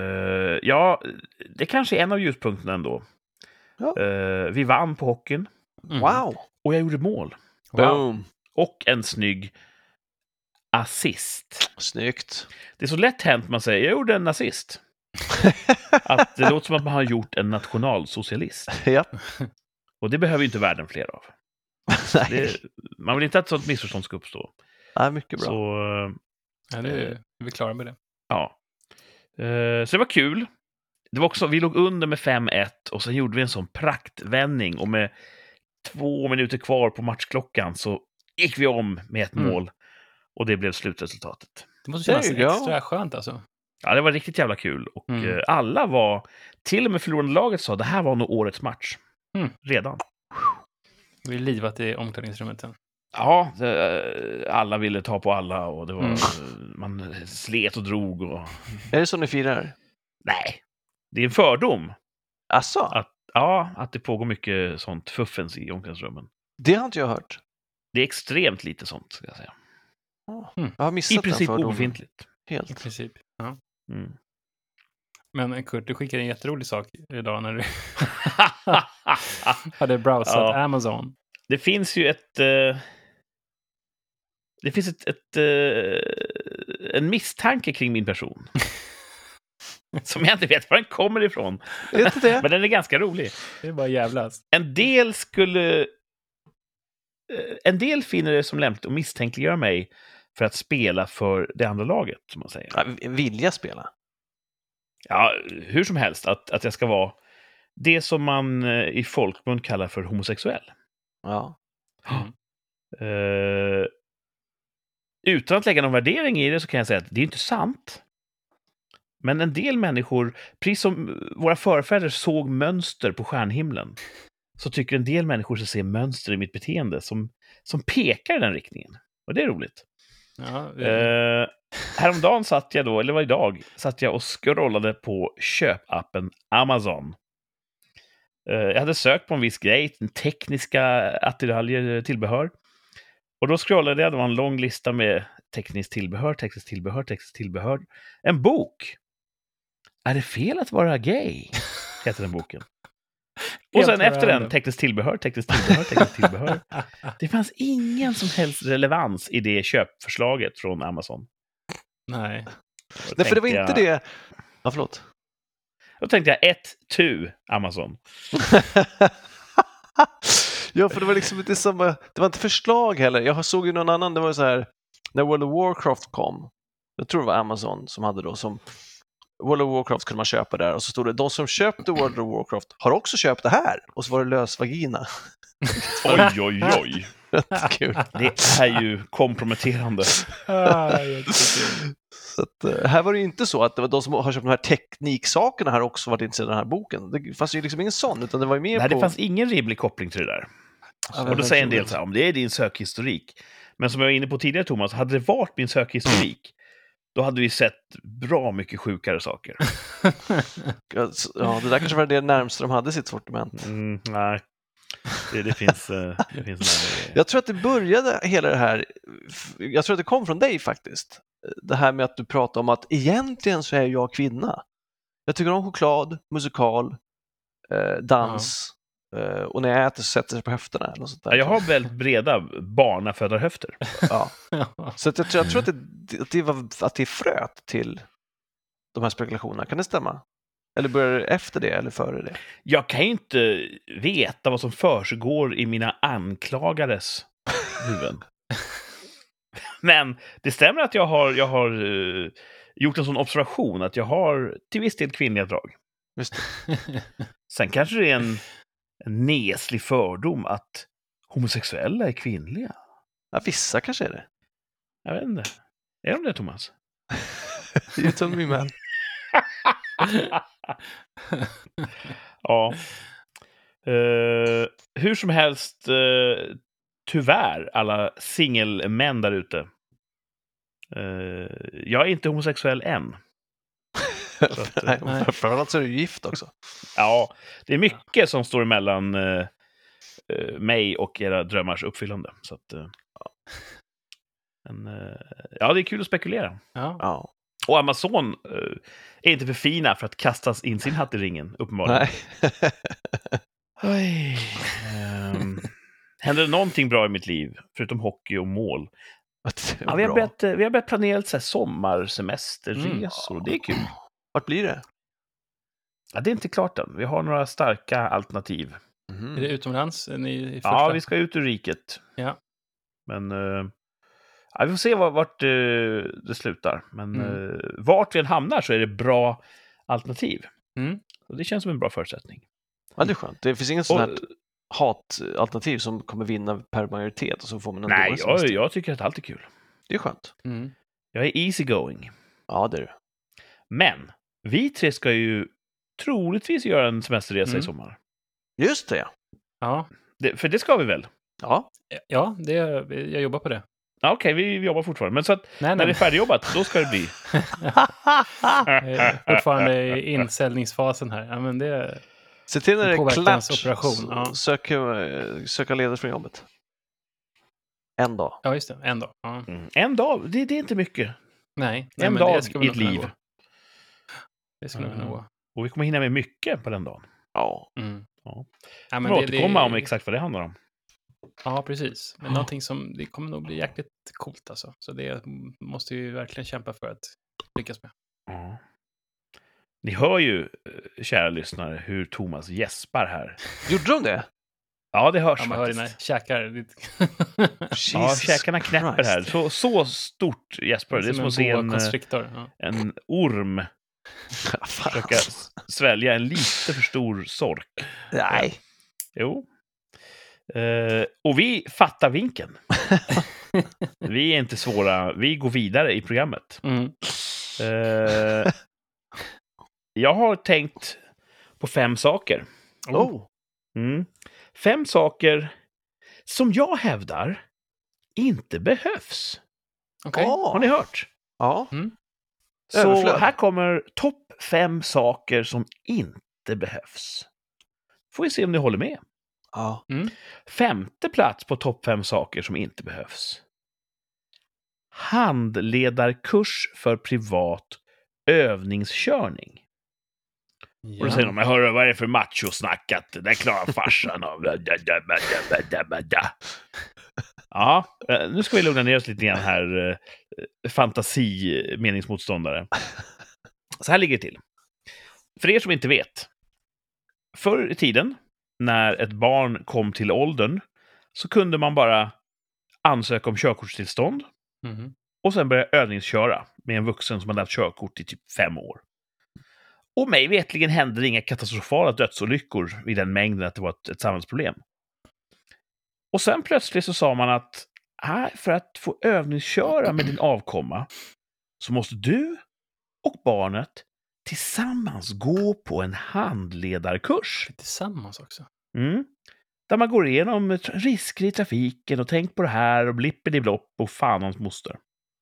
Uh, ja, det kanske är en av ljuspunkterna ändå. Ja. Uh, vi vann på hockeyn. Mm. Wow! Och jag gjorde mål. Boom! Och en snygg assist. Snyggt. Det är så lätt hänt man säger, jag gjorde en assist. Att det låter som att man har gjort en nationalsocialist. Ja. Och det behöver ju inte världen fler av. Nej. Det, man vill inte att sånt missförstånd ska uppstå. Ja, mycket bra. Så, Ja, det är vi klara med det. ja. Eh, Så det var kul. Det var också, vi låg under med fem ett och sen gjorde vi en sån praktvändning och med två minuter kvar på matchklockan så gick vi om med ett Mm. mål och det blev slutresultatet. Det måste kännas There you go. extra skönt alltså. Ja, det var riktigt jävla kul och Mm. eh, alla var, till och med förlorande laget sa, det här var nog årets match. Mm. Redan. Vi är livat i omklädningsrummet sen. Ja, det, alla ville ta på alla och det var, Mm. man slet och drog och... Är det så ni firar? Nej, det är en fördom. Asså? Att, ja, att det pågår mycket sånt fuffens i omklädningsrummen. Det har inte jag hört. Det är extremt lite sånt, ska jag säga. Jag har missat I princip den fördomen obefintligt. I helt. princip. Ja. Mm. Men Kurt, du skickade en jätterolig sak idag när du hade browsat Ja. Amazon. Det finns ju ett... Eh, det finns ett, ett, eh, en misstanke kring min person. Som jag inte vet var den kommer ifrån. Vet du det? Men den är ganska rolig. Det är bara jävlas. En del skulle... eh, En del finner det som lämpligt att misstänkliggöra mig för att spela för det andra laget, som man säger. Ja, vilja spela. Ja, hur som helst, att, att jag ska vara det som man eh, i folkmun kallar för homosexuell. Ja. Mm. Eh, utan att lägga någon värdering i det så kan jag säga att det är inte sant. Men en del människor, precis som våra förfäder såg mönster på stjärnhimlen, så tycker en del människor sig se mönster i mitt beteende som, som pekar i den riktningen. Och det är roligt. Ja, det... Eh, häromdagen satt jag då, eller var idag, satt jag och scrollade på köpappen Amazon. Eh, jag hade sökt på en viss grej, en tekniska attiraljer, tillbehör. Och då scrollade jag, det var en lång lista med tekniskt tillbehör, tekniskt tillbehör, tekniskt tillbehör. En bok! Är det fel att vara gay? Heter den boken. Och sen efter den, tekniskt tillbehör, tekniskt tillbehör, tekniskt tillbehör. Det fanns ingen som helst relevans i det köpförslaget från Amazon. Nej. Nej, för det var tänkte inte jag, det... Ja, förlåt. Då tänkte jag ett, tu, Amazon. Ja, för det var liksom inte som... Det var inte förslag heller. Jag såg ju någon annan, det var så här... När World of Warcraft kom, jag tror det var Amazon som hade då som... World of Warcraft kunde man köpa där och så stod det, de som köpte World of Warcraft har också köpt det här. Och så var det lös vagina. Oj, oj, oj. Kul. Det är ju komprometterande. Ah, jättekul. Så att, eh, här var det ju inte så att det var de som har köpt de här tekniksakerna här också varit intresserade av den här boken. Det fanns ju liksom ingen sån, utan det var ju mer Nej, på... det fanns ingen rimlig koppling till det där. Ja, Och då säger en del så här, om det är din sökhistorik. Men som jag var inne på tidigare, Thomas, hade det varit min sökhistorik, då hade vi sett bra mycket sjukare saker. Ja, det där kanske var det närmaste de hade sitt sortiment. Mm, nej, det, det finns... eh, det finns en Jag tror att det började hela det här, jag tror att det kom från dig faktiskt. Det här med att du pratar om att egentligen så är jag kvinna. Jag tycker om choklad, musikal, eh, dans eh, och när jag äter så sätter jag sig på höfterna. Eller något sånt där. ja, jag har väldigt breda barnafödarhöfter. Ja. Så att jag, tror, jag tror att det, att, det var, att det är fröet till de här spekulationerna. Kan det stämma? Eller börjar det efter det eller före det? Jag kan ju inte veta vad som försiggår i mina anklagares huvuden. Men det stämmer att jag har, jag har uh, gjort en sån observation att jag har till viss del kvinnliga drag. Just det. Sen kanske det är en, en neslig fördom att homosexuella är kvinnliga. Ja, vissa kanske är det. Jag vet inte. Är de det, Thomas? You tell me, man. Ja. Uh, hur som helst, uh, tyvärr, alla singelmän där ute. Uh, jag är inte homosexuell än. Så att, uh, Nej, framförallt så är du gift också. ja, det är mycket som står emellan uh, uh, mig och era drömmars uppfyllande. Så att, uh, men, uh, ja, det är kul att spekulera. Ja. Ja. Och Amazon uh, är inte för fina för att kastas in sin hatt i ringen, uppenbarligen. Nej. Oj. Um, Händer det någonting bra i mitt liv, förutom hockey och mål? Det Ja, var vi, har bra. börjat, eh, vi har börjat planera så här sommarsemesterresor. Mm. Det är kul. Vart blir det? Ja, det är inte klart än. Vi har några starka alternativ. Mhm. Är det utomlands? Är ni i första? Ja, vi ska ut ur riket. Ja. Men eh, ja, vi får se vart, vart eh, det slutar. Men Mm. eh, vart vi än hamnar så är det bra alternativ. Mm. Och det känns som en bra förutsättning. Ja, det är skönt. Det finns inget sånt Och, här hatalternativ som kommer vinna per majoritet och så får man en nej, dålig jag, semester. jag tycker att allt är kul. Det är skönt. Mm. Jag är easy going. Ja, det är det. Men vi tre ska ju troligtvis göra en semesterresa Mm. i sommar. Just det, ja. Ja. Det, för det ska vi väl? Ja, Ja, det, jag jobbar på det. Ja, okej, vi, vi jobbar fortfarande. Men så att Nej, när nej. det är färdigjobbat, då ska det bli. Jag är fortfarande i insäljningsfasen här. Ja, men det, se till när det är klart Påverkansoperation, så ja. sök, eh, söka ledigt från jobbet. En dag. ja, just det. En dag. Ja. Mm. En dag, det, det är inte mycket. Nej, nej, En men dag det ska vi i nog ett kunna liv. gå. Det ska nog kunna Mm. gå. Och vi kommer hinna med mycket på den dagen. Ja. Mm. Ja. Ja, Vi men kommer det, återkomma det, om exakt vad det handlar om. Ja, precis. Men någonting som, det kommer nog bli jäkligt coolt alltså. Så det måste vi verkligen kämpa för att lyckas med. Ja. Ni hör ju, eh, kära lyssnare, hur Thomas gäspar här. Gjorde de det? Ja, det hörs Ja, man hör faktiskt. dina käkar. Ja, Jesus käkarna knäpper här. Christ. Så, så stort gäspar. Det är som att se en, eh, konstriktor. Ja. en orm Fan. försöka s- svälja en lite för stor sork. Nej. Jo. Eh, och vi fattar vinkeln. Vi är inte svåra. Vi går vidare i programmet. Mm. Eh, jag har tänkt på fem saker. Oh. Mm. Fem saker som jag hävdar inte behövs. Okej. Ja. Har ni hört? Ja. Så Överflöd. här kommer topp fem saker som inte behövs. Får vi se om ni håller med. Ja. Femte plats på topp fem saker som inte behövs. Handledarkurs för privat övningskörning. Och då säger de, hörru, vad är det för machosnack att det där klarar farsan av. Ja, eh, nu ska vi lugna ner oss lite grann här, eh, fantasi-meningsmotståndare. Så här ligger det till. För er som inte vet. Förr i tiden, när ett barn kom till åldern, så kunde man bara ansöka om körkortstillstånd Mhm. och sen börja övningsköra med en vuxen som hade haft körkort i typ fem år. Och mig vetligen hände det inga katastrofala dödsolyckor i den mängden att det var ett, ett samhällsproblem. Och sen plötsligt så sa man att äh, för att få övningsköra med din avkomma så måste du och barnet tillsammans gå på en handledarkurs. Tillsammans också. Mm. Där man går igenom risker i trafiken och tänk på det här och blippidi-blopp och fan hans moster.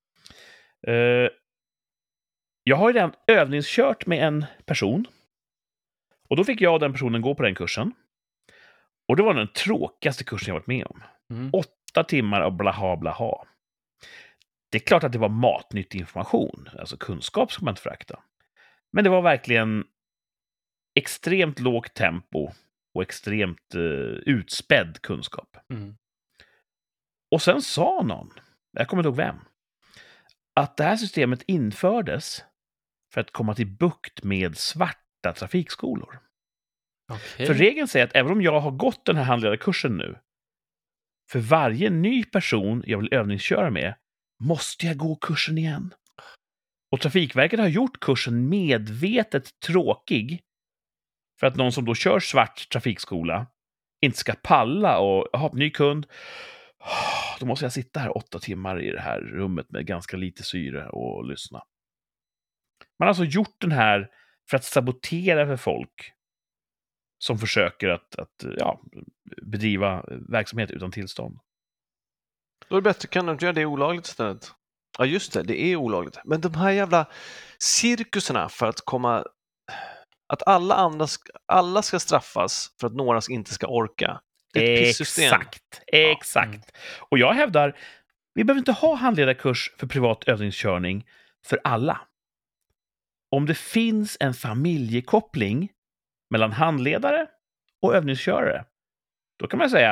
Uh, jag har ju redan övningskört med en person. Och då fick jag och den personen gå på den kursen. Och det var den tråkigaste kursen jag varit med om. Mm. Åtta timmar av blaha blaha. Det är klart att det var matnyttig information. Alltså kunskap ska man inte förakta. Men det var verkligen extremt lågt tempo och extremt uh, utspädd kunskap. Mm. Och sen sa någon, jag kommer inte ihåg vem, att det här systemet infördes för att komma till bukt med svarta trafikskolor. Okej. För regeln säger att även om jag har gått den här handledarkursen nu, för varje ny person jag vill övningsköra med, måste jag gå kursen igen. Och Trafikverket har gjort kursen medvetet tråkig för att någon som då kör svart trafikskola inte ska palla och ha ny kund. Då måste jag sitta här åtta timmar i det här rummet med ganska lite syre och lyssna. Man har alltså gjort den här för att sabotera för folk som försöker att, att ja, bedriva verksamhet utan tillstånd. Då är det bättre, kan du inte göra det olagligt istället? Ja, just det, det är olagligt. Men de här jävla cirkuserna för att komma... Att alla andra ska, alla ska straffas för att några inte ska orka. Det är ett pissystem. Exakt, exakt. Mm. Och jag hävdar, vi behöver inte ha handledarkurs för privat övningskörning för alla. Om det finns en familjekoppling mellan handledare och övningskörare, då kan man säga,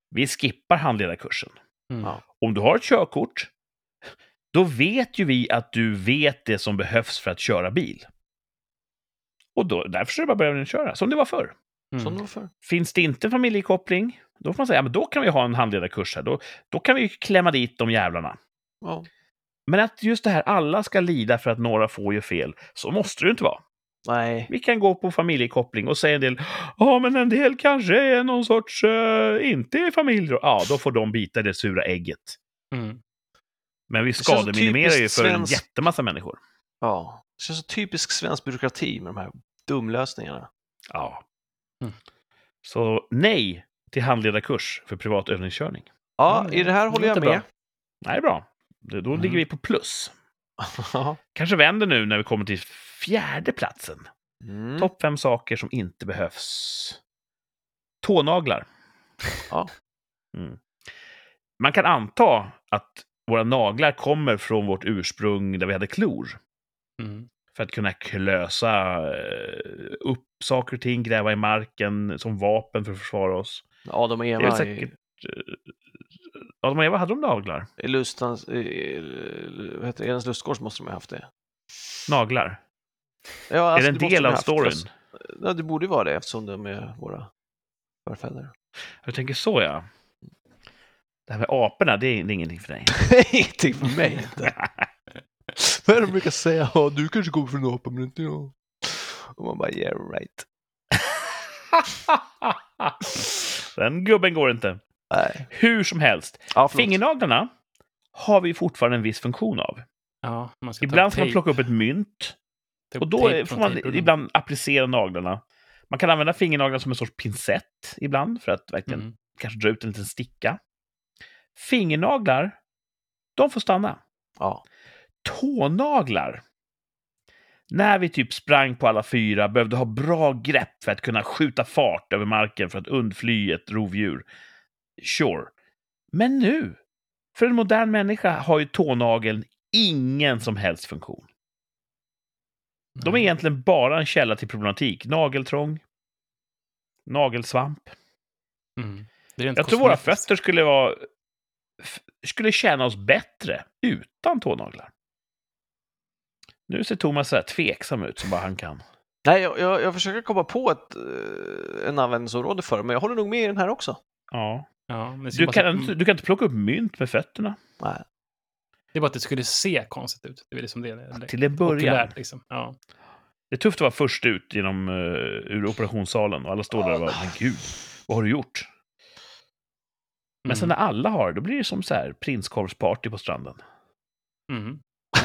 Vi skippar handledarkursen. Mm. Ja. Om du har ett körkort, då vet ju vi att du vet det som behövs för att köra bil. Och då, därför ska du bara börja köra, som det var förr. Mm. Som det var för. Finns det inte familjekoppling, då får man säga, ja, men då kan vi ha en handledarkurs här. Då, då kan vi klämma dit de jävlarna. Ja. Men att just det här, alla ska lida för att några får ju fel, så måste det ju inte vara. Nej. Vi kan gå på familjekoppling och säga en del, ja men en del kanske är någon sorts, uh, inte i familj. Ja, då får de bita det sura ägget. Mm. Men vi känns så skademinimerar ju typiskt för svensk- en jättemassa människor. Ja. Det känns så typisk svensk byråkrati med de här dumlösningarna. Ja. Mm. Så nej till handledarkurs för privat övningskörning. Ja, Ja, i det här det håller jag låter med. Nej, det är bra. Då då Mm. ligger vi på plus. Ja. Kanske vänder nu när vi kommer till fjärde platsen. Mm. Topp fem saker som inte behövs. Tånaglar. Ja. Mm. Man kan anta att våra naglar kommer från vårt ursprung där vi hade klor. Mm. För att kunna klösa eh, upp saker och ting, gräva i marken som vapen för att försvara oss. Adam och Det är Eva säkert... i, eh, Adam och Eva, hade de naglar? i Lustans, i, i, vad heter det, Edens lustgård måste de ha haft det. Naglar? Ja, är alltså, det en det måste del de ha av haft, storyn? fast- Ja, det borde ju vara det eftersom de är våra förfäder. Jag tänker så, ja. Det här med aporna, det är, det är ingenting för dig. Ingenting för mig inte. Vad är det de brukar säga? Ja, du kanske går för en apa, men inte jag. Och man bara, yeah right. Den gubben går inte. Nej. Hur som helst. Ja, förlåt. Fingernaglarna har vi fortfarande en viss funktion av. Ja, man ska ta Ibland ska man tejp- plocka upp ett mynt. ta Och då tejp är- från får man tejprullen. ibland applicera naglarna. Man kan använda fingernaglarna som en sorts pincett ibland för att verkligen Mm. kanske dra ut en liten sticka. Fingernaglar, de får stanna. Ja. Tånaglar. När vi typ sprang på alla fyra, behövde ha bra grepp för att kunna skjuta fart över marken för att undfly ett rovdjur. Sure. Men nu, för en modern människa har ju tånageln ingen som helst funktion. De är egentligen bara en källa till problematik. Nageltrång, nagelsvamp. Mm. Det är rent Jag tror våra kosmetiskt. fötter skulle vara f- skulle känna oss bättre utan tånaglar. Nu ser Thomas så här tveksam ut som bara han kan. Nej, jag, jag, jag försöker komma på ett, eh, en användningsområde för det, men jag håller nog med i den här också. Ja. Ja, men det, Du bara kan, att- inte, du kan inte plocka upp mynt med fötterna. Nej. det är bara att det skulle se konstigt ut. Det är liksom det. det Till en början. Populärt, liksom. Ja. Det är tufft att vara först ut genom, uh, ur operationssalen och alla står där och bara, men gud, vad har du gjort? Men Mm. sen när alla har det, då blir det som så här prinskorvsparty på stranden. Mm.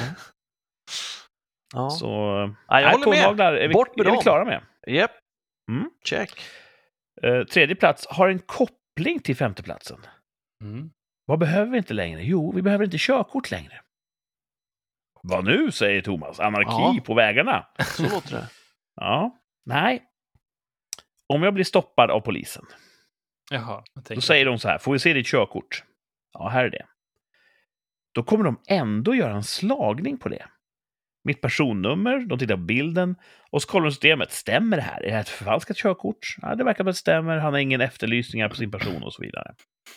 Ja. Så, Nej, jag nej, håller med. tånaglar är vi, Bort med är vi dem. klara med. Japp. Mm. Check. Uh, tredje plats har en koppling till femteplatsen. Mm. Vad behöver vi inte längre? Jo, vi behöver inte körkort längre. Vad nu, säger Thomas. Anarki Ja. på vägarna. Så låter det. Ja, nej. Om jag blir stoppad av polisen, Jaha, jag tänker. då säger de så här, får vi se ditt körkort? Ja, här är det. Då kommer de ändå göra en slagning på det. Mitt personnummer, de tittar på bilden och så kollar de systemet. Stämmer det här? Är det här ett förfalskat körkort? Ja, det verkar som att det stämmer. Han har ingen efterlysningar på sin person och så vidare.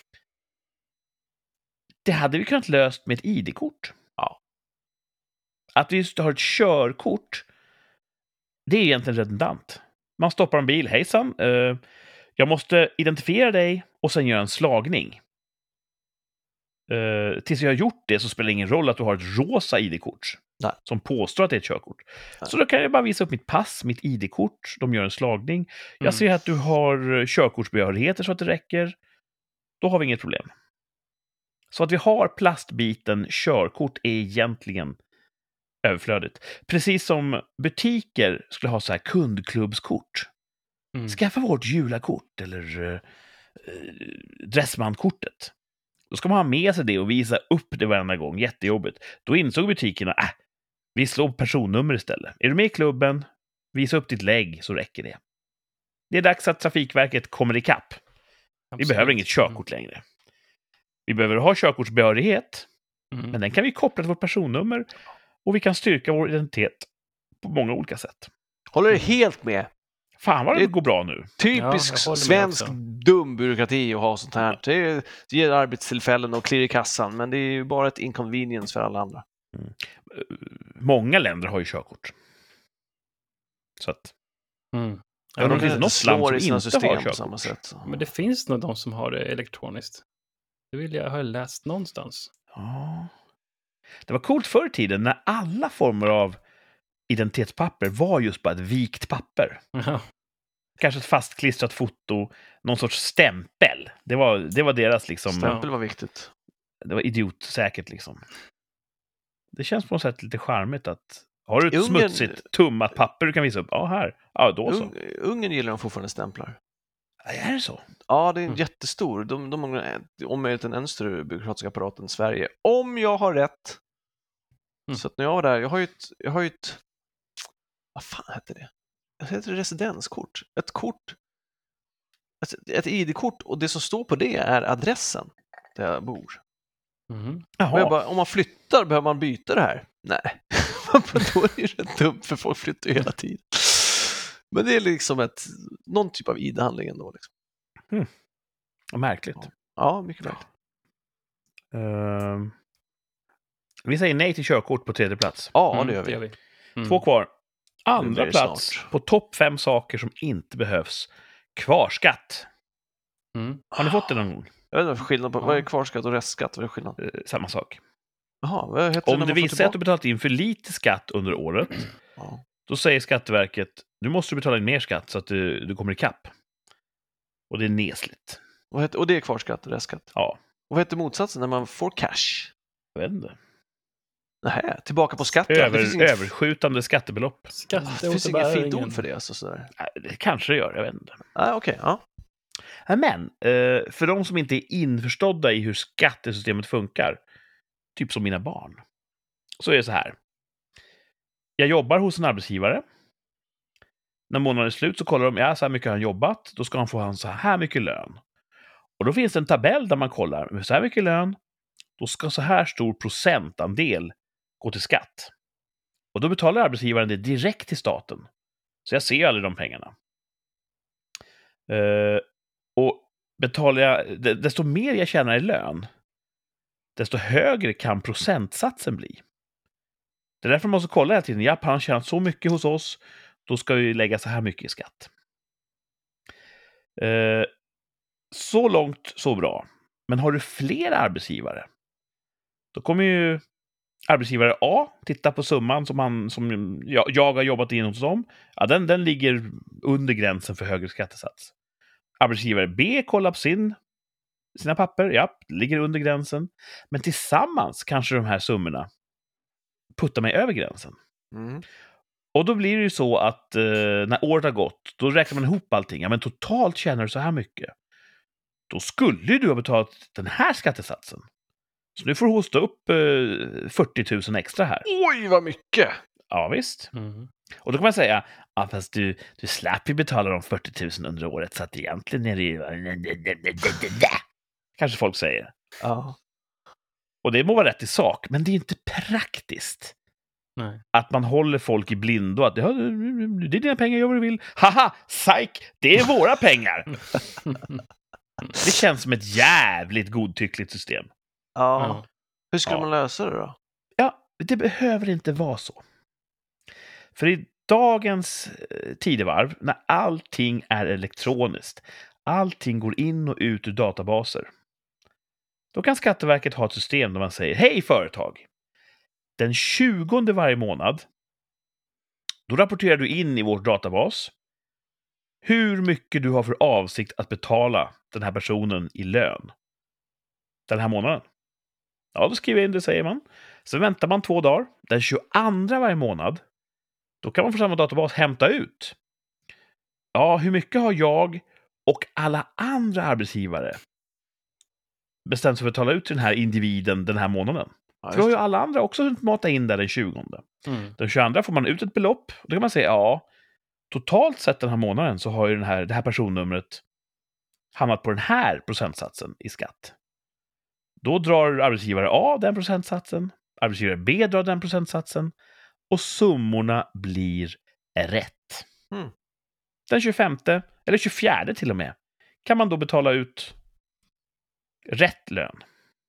Det hade vi kunnat löst med ett I D-kort. Ja. Att vi just har ett körkort, det är egentligen redundant. Man stoppar en bil. Hejsan, eh, jag måste identifiera dig och sen göra en slagning. Eh, tills jag har gjort det så spelar det ingen roll att du har ett rosa I D-kort. Nej. Som påstår att det är ett körkort. Nej. Så då kan jag bara visa upp mitt pass, mitt I D-kort. De gör en slagning. Jag Mm. ser att du har körkortsbehörigheter så att det räcker. Då har vi inget problem. Så att vi har plastbiten körkort är egentligen överflödigt. Precis som butiker skulle ha så här kundklubbskort. Mm. Skaffa vårt julakort eller eh, Dressman-kortet. Då ska man ha med sig det och visa upp det varenda gång. Jättejobbigt. Då insåg butikerna, äh, vi slår personnummer istället. Är du med i klubben, visa upp ditt lägg så räcker det. Det är dags att Trafikverket kommer ikapp. Vi Absolut. behöver inget körkort längre. Vi behöver ha körkortsbehörighet, Mm. men den kan vi koppla till vårt personnummer och vi kan styrka vår identitet på många olika sätt. Håller helt med. Fan vad det, Det- går bra nu. Typisk Ja, jag håller med svensk också. dum byråkrati att ha sånt här. Det, är, det ger arbetstillfällen och klirr i kassan, men det är ju bara ett inconvenience för alla andra. Många länder har ju körkort. Så att... Mm. Ja, men, det finns det, något slår land som i sina inte har system på körkort. samma sätt. Så. men det finns nog de som har det elektroniskt. Det vill jag ha läst någonstans. Ja. Det var coolt förr i tiden när alla former av identitetspapper var just bara ett vikt papper. Ja. Kanske ett fastklistrat foto, någon sorts stämpel. Det var, det var deras liksom... Stämpel var viktigt. Det var idiotsäkert liksom. Det känns på något sätt lite charmigt att... Har du ett Ungern- smutsigt, tummat papper du kan visa upp? Ja, här. Ja, då så. Ung, Ungern gillar de fortfarande stämplar. Är det så? Ja, det är en Mm. jättestor. De, de har om möjligt en ännu större byråkratisk apparat än Sverige. Om jag har rätt. Mm. Så att när jag var där, jag har ju ett, jag har ju ett vad fan heter det? Jag heter residenskort. Ett kort, ett, ett I D-kort och det som står på det är adressen där jag bor. Mhm. Och Jaha. jag bara, om man flyttar, behöver man byta det här? Nej, då är det ju rätt dumt för folk flyttar ju hela tiden. Men det är liksom ett, någon typ av I D-handling ändå. Liksom. Vad märkligt. Ja, mycket märkligt. Ehm, vi säger nej till körkort på tredje plats. Ja, Mm, det gör vi. vi. Mm. Två kvar. Nu Andra blir det plats snart. på topp fem saker som inte behövs. Kvarskatt. Mm. Har ni fått det någon gång? Jag vet inte vad skillnad på, Ja. vad är kvarskatt och restskatt? Vad är skillnad? Eh, samma sak. Jaha, vad heter Om när det man får visar sig att du tillbaka? betalat in för lite skatt under året, Ja. då säger Skatteverket, nu måste du betala in mer skatt så att du, du kommer ikapp. Och det är nesligt. Vad heter, och det är kvarskatt och restskatt. Ja, Och vad heter motsatsen när man får cash? jag vet inte. Nej, tillbaka på skatten. Över, det finns inget, överskjutande skattebelopp. det finns inget fint Skatteåterbäringen. ord för det. Alltså, sådär. Nej, det kanske det gör, jag vet inte. Nej, okej. ja. Ja, Men, eh, för de som inte är införstådda i hur skattesystemet funkar, typ som mina barn, så är det så här. Jag jobbar hos en arbetsgivare. När månaden är slut så kollar de, ja, så här mycket har han jobbat, då ska han få han så här mycket lön. Och då finns det en tabell där man kollar, med så här mycket lön, då ska så här stor procentandel gå till skatt. Och då betalar arbetsgivaren det direkt till staten. Så jag ser ju aldrig de pengarna. Eh, och betalar jag, desto mer jag tjänar i lön, desto högre kan procentsatsen bli. Det är därför man måste kolla hela tiden. Ja, han har tjänat så mycket hos oss, då ska vi lägga så här mycket i skatt. Eh, så långt, så bra. Men har du fler arbetsgivare, då kommer ju arbetsgivare A titta på summan som, han, som jag, jag har jobbat in hos dem. Ja, den, den ligger under gränsen för högre skattesats. Arbetsgivare B kollar på sin, sina papper. Ja, ligger under gränsen. Men tillsammans kanske de här summorna puttar mig över gränsen. Mm. Och då blir det ju så att eh, när året har gått, då räknar man ihop allting. Ja, men totalt tjänar du så här mycket. Då skulle du ha betalat den här skattesatsen. Så nu får du hosta upp eh, fyrtio tusen extra här. Oj, vad mycket! Ja, visst. Mm. Och då kan man säga, ja, fast du, du slapp ju betala de fyrtio tusen under året, så att egentligen är det ju... Kanske folk säger. Ja. Och det må vara rätt i sak, men det är inte praktiskt. Nej. Att man håller folk i blindo, att ja, det är dina pengar, gör vad du vill. Haha, psyk, det är våra pengar. Det känns som ett jävligt godtyckligt system. ja. Ja. Hur skulle Ja. man lösa det då? Ja, det behöver inte vara så. För i dagens eh, tidevarv, när allting är elektroniskt, allting går in och ut ur databaser, då kan Skatteverket ha ett system där man säger, hej företag! Den tjugonde varje månad, då rapporterar du in i vår databas hur mycket du har för avsikt att betala den här personen i lön den här månaden. Ja, då skriver jag in det, säger man. Så väntar man två dagar. Den tjugoandra varje månad, då kan man från samma databas hämta ut. Ja, hur mycket har jag och alla andra arbetsgivare bestämt sig för att betala ut till den här individen den här månaden? Ja, För då har just ju alla andra också hunnit mata in där den tjugonde. Mm. Den tjugoandra får man ut ett belopp. Och då kan man säga, ja, totalt sett den här månaden så har ju den här, det här personnumret hamnat på den här procentsatsen i skatt. Då drar arbetsgivare A den procentsatsen, arbetsgivare B drar den procentsatsen och summorna blir rätt. Mm. den tjugofemte eller tjugofjärde till och med kan man då betala ut rätt lön.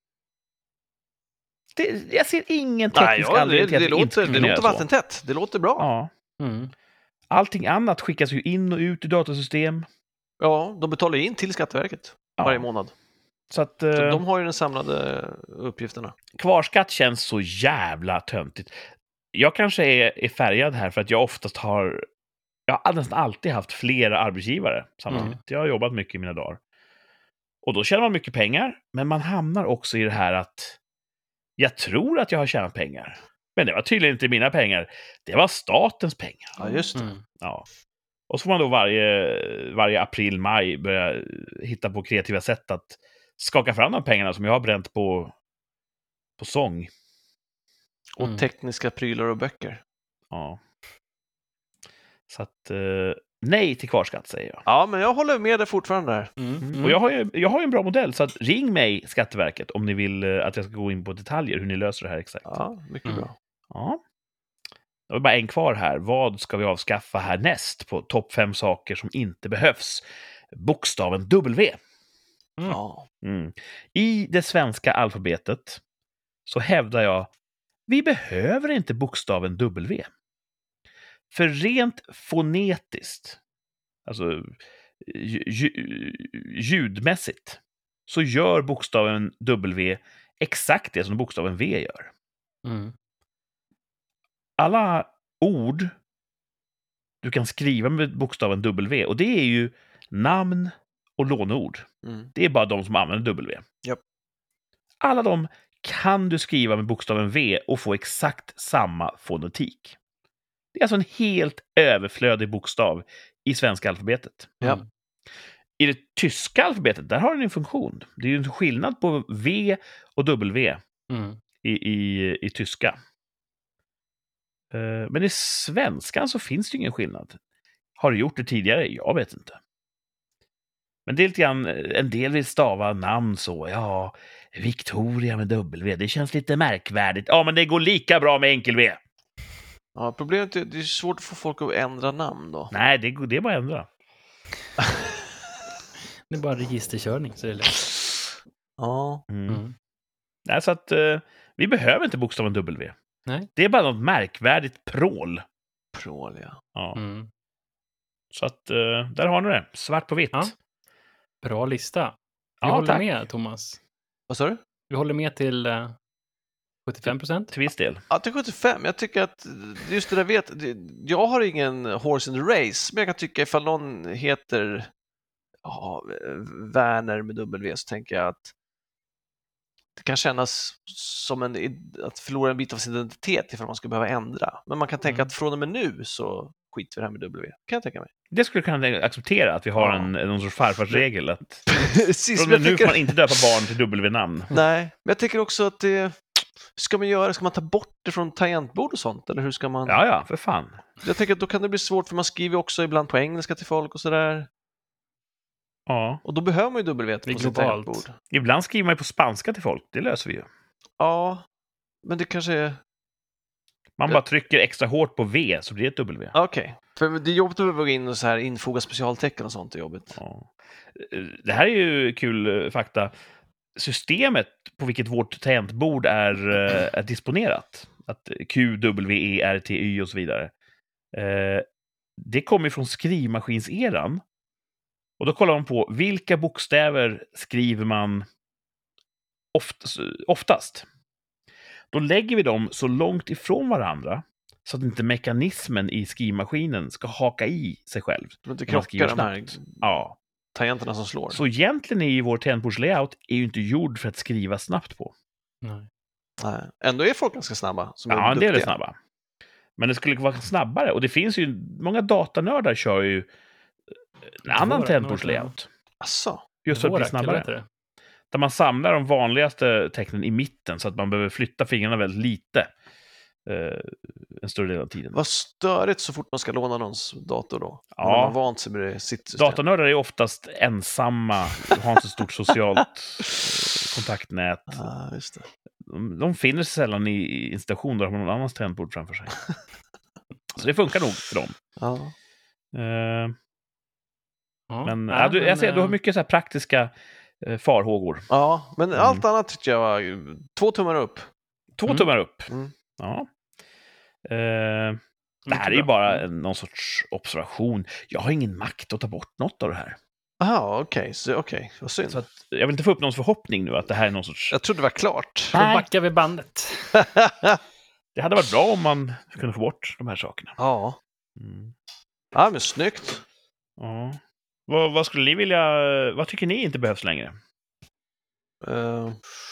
Det, jag ser ingen teknisk Nej, ja, anledning till det, att det, vi inte låter, skulle det göra låter så. vattentätt. Det låter bra. Ja. Mm. Allting annat skickas ju in och ut i datasystem. Ja, de betalar ju in till Skatteverket Ja. varje månad. Så att Så eh, de har ju den samlade uppgifterna. kvarskatt känns så jävla töntigt. Jag kanske är, är färgad här för att jag oftast har... Jag har nästan alltid haft flera arbetsgivare samtidigt. Mm. Jag har jobbat mycket i mina dagar. Och då tjänar man mycket pengar, men man hamnar också i det här att jag tror att jag har tjänat pengar. Men det var tydligen inte mina pengar. Det var statens pengar. Ja, just det. Mm. Ja. Och så får man då varje, varje april, maj börja hitta på kreativa sätt att skaka fram de pengarna som jag har bränt på, på sång. Och Mm. tekniska prylar och böcker. Ja. Så att eh, nej till kvarskatt, säger jag. Ja, men jag håller med dig fortfarande där. Mm. Mm. Och jag har, ju, jag har ju en bra modell, så att ring mig, Skatteverket, om ni vill eh, att jag ska gå in på detaljer, hur ni löser det här exakt. Ja, mycket Mm. bra. Ja. Det var bara en kvar här. Vad ska vi avskaffa härnäst på topp fem saker som inte behövs? Bokstaven W. Mm. Ja. Mm. I det svenska alfabetet så hävdar jag, vi behöver inte bokstaven W. För rent fonetiskt, alltså lju- ljudmässigt, så gör bokstaven W exakt det som bokstaven V gör. Mm. Alla ord du kan skriva med bokstaven W, och det är ju namn och låneord. Mm. Det är bara de som använder W. Japp. Alla de kan du skriva med bokstaven V och få exakt samma fonetik. Det är alltså en helt överflödig bokstav i svenska alfabetet. Ja. Mm. I det tyska alfabetet, där har den en funktion. Det är ju en skillnad på V och W Mm. i, i, i tyska. Eh, Men i svenskan så finns det ingen skillnad. Har du gjort det tidigare? Jag vet inte. Men det är lite grann, en del vill stava namn så, ja, Victoria med W, det känns lite märkvärdigt. Ja, men det går lika bra med enkel-V. Ja, problemet är att det är svårt att få folk att ändra namn då. Nej, det, går- det är bara att ändra. Det är bara registerkörning, så det är lätt. Ja. Mm. Mm. Nej, så att eh, vi behöver inte bokstaven W. Nej. Det är bara något märkvärdigt prål. Prål, ja. Ja. Mm. Så att eh, där har ni det. Svart på vitt. Ja. Bra lista. Vi Ja, håller tack. med, Thomas. Vad sa du? Vi håller med till eh, sjuttiofem procent. Till viss del. Ja, till sjuttiofem. Jag tycker att just det där vet, det- jag har ingen horse in the race, men jag kan tycka ifall någon heter ja, Werner med W så tänker jag att det kan kännas som en, att förlora en bit av sin identitet ifall man ska behöva ändra. Men man kan tänka Mm. att från och med nu så skiter vi det här med W. Kan jag tänka mig. Det skulle jag kunna acceptera, att vi har Ja. en, någon sorts farfarsregel. Att Precis, från men och med jag nu tycker- får man inte döpa barn till W-namn. Nej, men jag tycker också att det ska man göra, ska man ta bort det från tangentbord och sånt? Eller hur ska man? Ja, ja, för fan. Jag tänker att då kan det bli svårt för man skriver också ibland på engelska till folk och sådär. Ja. Och då behöver man ju W Det är på sitt globalt. tangentbord. Ibland skriver man ju på spanska till folk. Det löser vi ju. Ja, men det kanske är... Man bara trycker extra hårt på V så blir det ett W. Okej, för det är jobbigt att behöva gå in och så här infoga specialtecken och sånt är jobbigt. Ja. Det här är ju kul eh, fakta. Systemet på vilket vårt tangentbord är, eh, är disponerat, att Q, W, E, R, T, Y och så vidare, eh, det kommer från skrivmaskinseran. Och då kollar man på vilka bokstäver skriver man oftast, oftast. Då lägger vi dem så långt ifrån varandra så att inte mekanismen i skrivmaskinen ska haka i sig själv. De inte när man skriver krockar de här snabbt. Ja. tangenterna som slår. Så egentligen är ju vår tangentbordslayout är ju inte gjord för att skriva snabbt på. Nej. Nej. Ändå är folk ganska snabba. Som Ja, en del är duktiga. snabba. Men det skulle vara snabbare. Och det finns ju, många datanördar kör ju en annan Dvorak, tangentbordslayout. Asså? Just för att bli Dvorak, eller vad snabbare. heter det? Där man samlar de vanligaste tecknen i mitten så att man behöver flytta fingrarna väldigt lite. Eh, en större del av tiden. Vad störigt så fort man ska låna någons dator då. Ja. När man har vant sig med det sitt system. Datanördar är oftast ensamma, har inte så stort socialt eh, kontaktnät. Ja, just det. De, de finner sig sällan i i en station där de har någon annans tangentbord framför sig. Så det funkar nog för dem. Ja. Eh, Ja. Men, Nej, ja, du, men, jag ser, du har eh, mycket så här praktiska eh, farhågor. Ja, men Mm. allt annat tyckte jag var två tummar upp. Två Mm. tummar upp. Mm. Ja. Eh, det här är mycket ju bra. bara Mm. en, någon sorts observation. Jag har ingen makt att ta bort något av det här. Jaha, okej, så okej, vad synd. Så att, jag vill inte få upp någons förhoppning nu att det här är någon sorts... Jag trodde det var klart. Då Nej. backar vi bandet. Det hade varit bra om man kunde få bort de här sakerna. Ja. Mm. Ja, men snyggt. Ja. Vad, vad skulle ni vilja... Vad tycker ni inte behövs längre? Uh,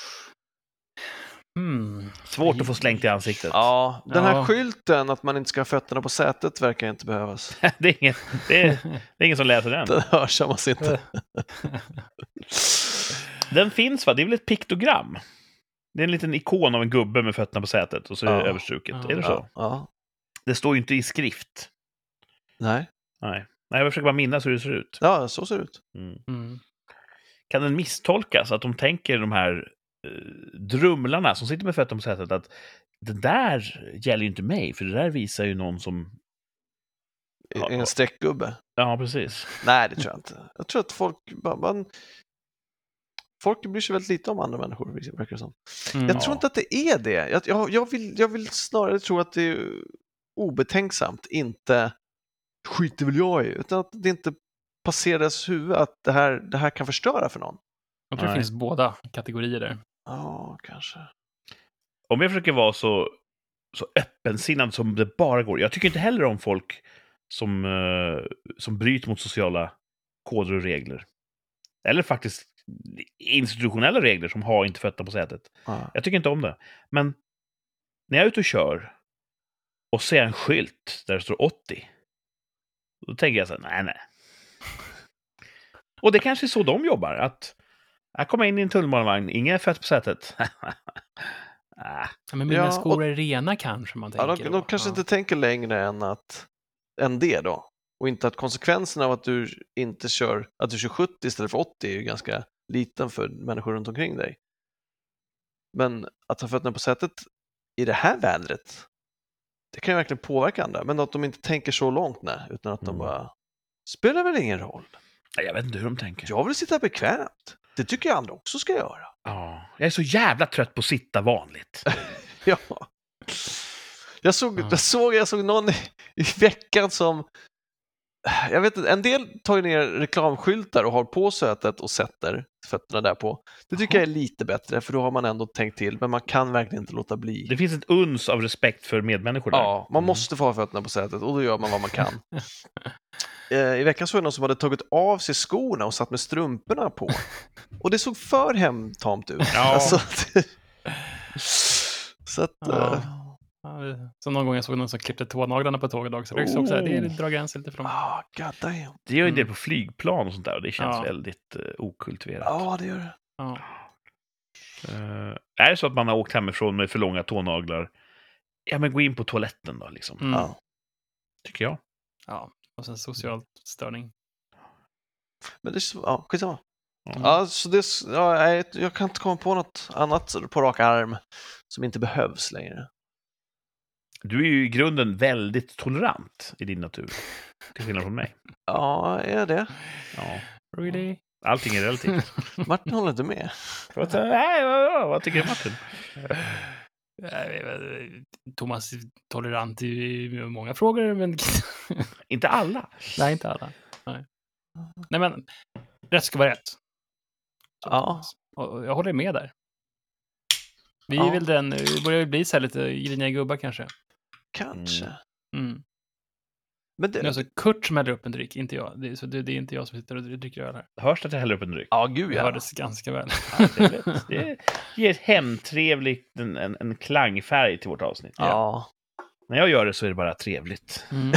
Hmm. Svårt att få slängt i ansiktet. ja, den här Ja. skylten att man inte ska ha fötterna på sätet verkar inte behövas. det, är ingen, det, är, det är ingen som läser den. Den hörsammas inte. Den finns, va? Det är väl ett piktogram? Det är en liten ikon av en gubbe med fötterna på sätet och så är det Ja. överstruket. Ja. Är det så? Ja, ja. Det står ju inte i skrift. Nej. Nej. Nej, jag försöker bara minnas hur det ser ut. Ja, så ser det ut. Mm. Mm. Kan den misstolkas? Att de tänker de här eh, drumlarna som sitter med fötterna på sätet att det där gäller ju inte mig, för det där visar ju någon som... Ja, En streckgubbe. ja precis. Nej, det tror jag inte. Jag tror att folk bara... Man... Folk bryr sig väldigt lite om andra människor, verkar det som. Mm. Jag tror inte att det är det. Jag, jag, jag, vill, jag vill snarare tro att det är obetänksamt, inte skiter väl jag i, utan att det inte passerar deras huvud att det här, det här kan förstöra för någon. Jag tror det Nej. finns båda kategorier där. Ja, kanske. Om jag försöker vara så, så öppensinnad som det bara går. Jag tycker inte heller om folk som, eh, som bryter mot sociala koder och regler. Eller faktiskt institutionella regler som har inte fötterna på sätet. Ja. Jag tycker inte om det. Men när jag är ute och kör och ser en skylt där det står åttio, då tänker jag så här, nej, nej. Och det kanske är så de jobbar, att jag kommer in i en tunnelbanevagn, inga fötter på sätet. ah. Ja, men mina Ja, skor och- är rena kanske, man Ja, tänker. de, då. de kanske Ja. inte tänker längre än, att, än det då. Och inte att konsekvenserna av att du inte kör, att du kör sjuttio istället för åttio är ju ganska liten för människor runt omkring dig. Men att ha fötterna på sätet i det här vädret, det kan ju verkligen påverka andra. Men att de inte tänker så långt, nej, utan att de Mm. bara, spelar väl ingen roll. Nej, jag vet inte hur de tänker. Jag vill sitta bekvämt. Det tycker jag andra också ska göra. Ja, jag är så jävla trött på att sitta vanligt. Ja. Jag såg, Ja. jag såg, jag såg någon i, i veckan som, jag vet inte, en del tar ju ner reklamskyltar och har på sätet och sätter fötterna där på. Det tycker jag är lite bättre, för då har man ändå tänkt till, men man kan verkligen inte låta bli. Det finns ett uns av respekt för medmänniskor där. Ja, man Mm. måste få ha fötterna på sätet och då gör man vad man kan. Eh, I veckan såg jag någon som hade tagit av sig skorna och satt med strumporna på. Och det såg för hemtamt ut. Ja. Alltså, så att... Ja. eh, Ja, så någon gång jag såg någon som klippte tånaglarna på tåget också. Det är också så här, det är- drar gränsen lite för dem. Ah, god damn. Det gör ju en del Mm. på flygplan och sånt där, och det känns Ja. väldigt uh, okultiverat. Ja, det gör det. Ja. Uh, är det så att man har åkt hemifrån med för långa tånaglar, ja men gå in på toaletten då, liksom. Mm. Ja. Tycker jag. Ja, och sen social störning. Men det är så, ja, skitsamma. Ja. Ja, så det, ja, nej, jag kan inte komma på något annat på rak arm som inte behövs längre. Du är ju i grunden väldigt tolerant i din natur. Till skillnad från mig. Ja, är det? Ja. Really? Allting är relativt. Martin håller inte med. Vad, nej, vad, vad tycker du, Martin? Jag vet, Thomas är tolerant i många frågor, men Inte alla. nej, inte alla. Nej, nej men rätt ska vara rätt. Ja. Och jag håller med där. Vi Ja. är väl den, vi börjar ju bli så här lite griniga gubbar kanske. Kanske. Mm. Mm. Men Det är det, alltså Kurt som häller upp en dryck, inte jag. Det är, så det, det är inte jag som sitter och dricker öl här. Hörs det att jag häller upp en dryck? ja, gud Det ja. hördes ganska väl. Ja, det, är lätt. Det ger ett hemtrevligt, en, en, en klangfärg till vårt avsnitt. Ja. När jag gör det så är det bara trevligt. Mm.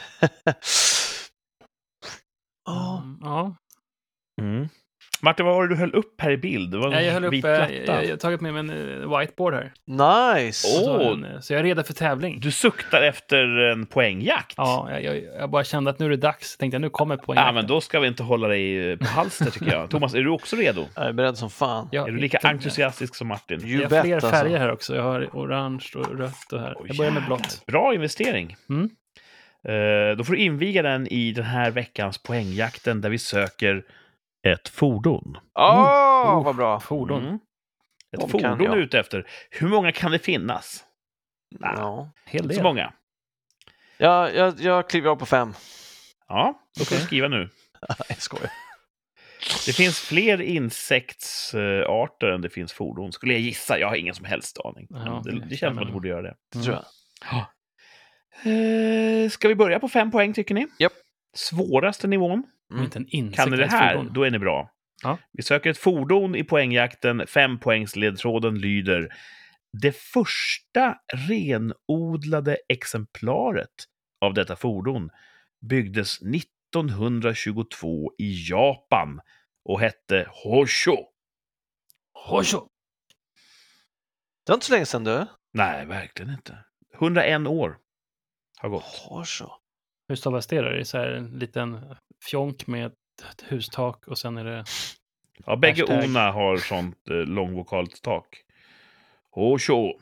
Ja. Mm, ja. Mm. Martin, vad var det du höll upp här i bild? Det var en Jag, jag höll upp, vit eh, platta. jag, jag har tagit med mig en eh, whiteboard här. Nice! Åh. Så, en, eh, så jag är redo för tävling. Du suktar efter en poängjakt. Ja, jag, jag, jag bara kände att nu är det dags. Tänkte jag, nu kommer poängen. Ja, men då ska vi inte hålla dig på halster, tycker jag. Thomas, är du också redo? Jag är beredd som fan. Ja, Är du lika inte- entusiastisk som Martin? You Jag har bet, fler alltså. färger här också. Jag har orange och rött och här. Åh, Jag börjar med jävlar. blått. Bra investering. Mm. Eh, då får du inviga den i den här veckans poängjakten där vi söker ett fordon. Åh, Oh, vad bra. Fordon. Mm. Ett De kan fordon är jag. ute efter. Hur många kan det finnas? Ja. Hel Inte så del. många. Jag, jag, jag kliver av på fem. Ja, då får du skriva nu. Jag skojar. Det finns fler insektsarter än det finns fordon. Skulle jag gissa. Jag har ingen som helst aning. Ja, Men det, det det känns som stämmer att du nog. borde göra det. Det tror jag. Eh, ska vi börja på fem poäng, tycker ni? Japp. Svåraste nivån. Mm. Inte en insekt. Kan ni det ett här, fordon. då är ni bra. Ja. Vi söker ett fordon i poängjakten. Fempoängsledtråden lyder: det första renodlade exemplaret av detta fordon byggdes nittonhundratjugotvå i Japan och hette Hosho. Hosho. Det var inte så länge sedan du. Nej, verkligen inte. hundraen år har gått. Hosho. Hur stavas det då? Det är så här en liten fjonk med ett hustak och sen är det... Ja, bägge Hashtag. ona har sånt eh, långvokalt tak. Hosho.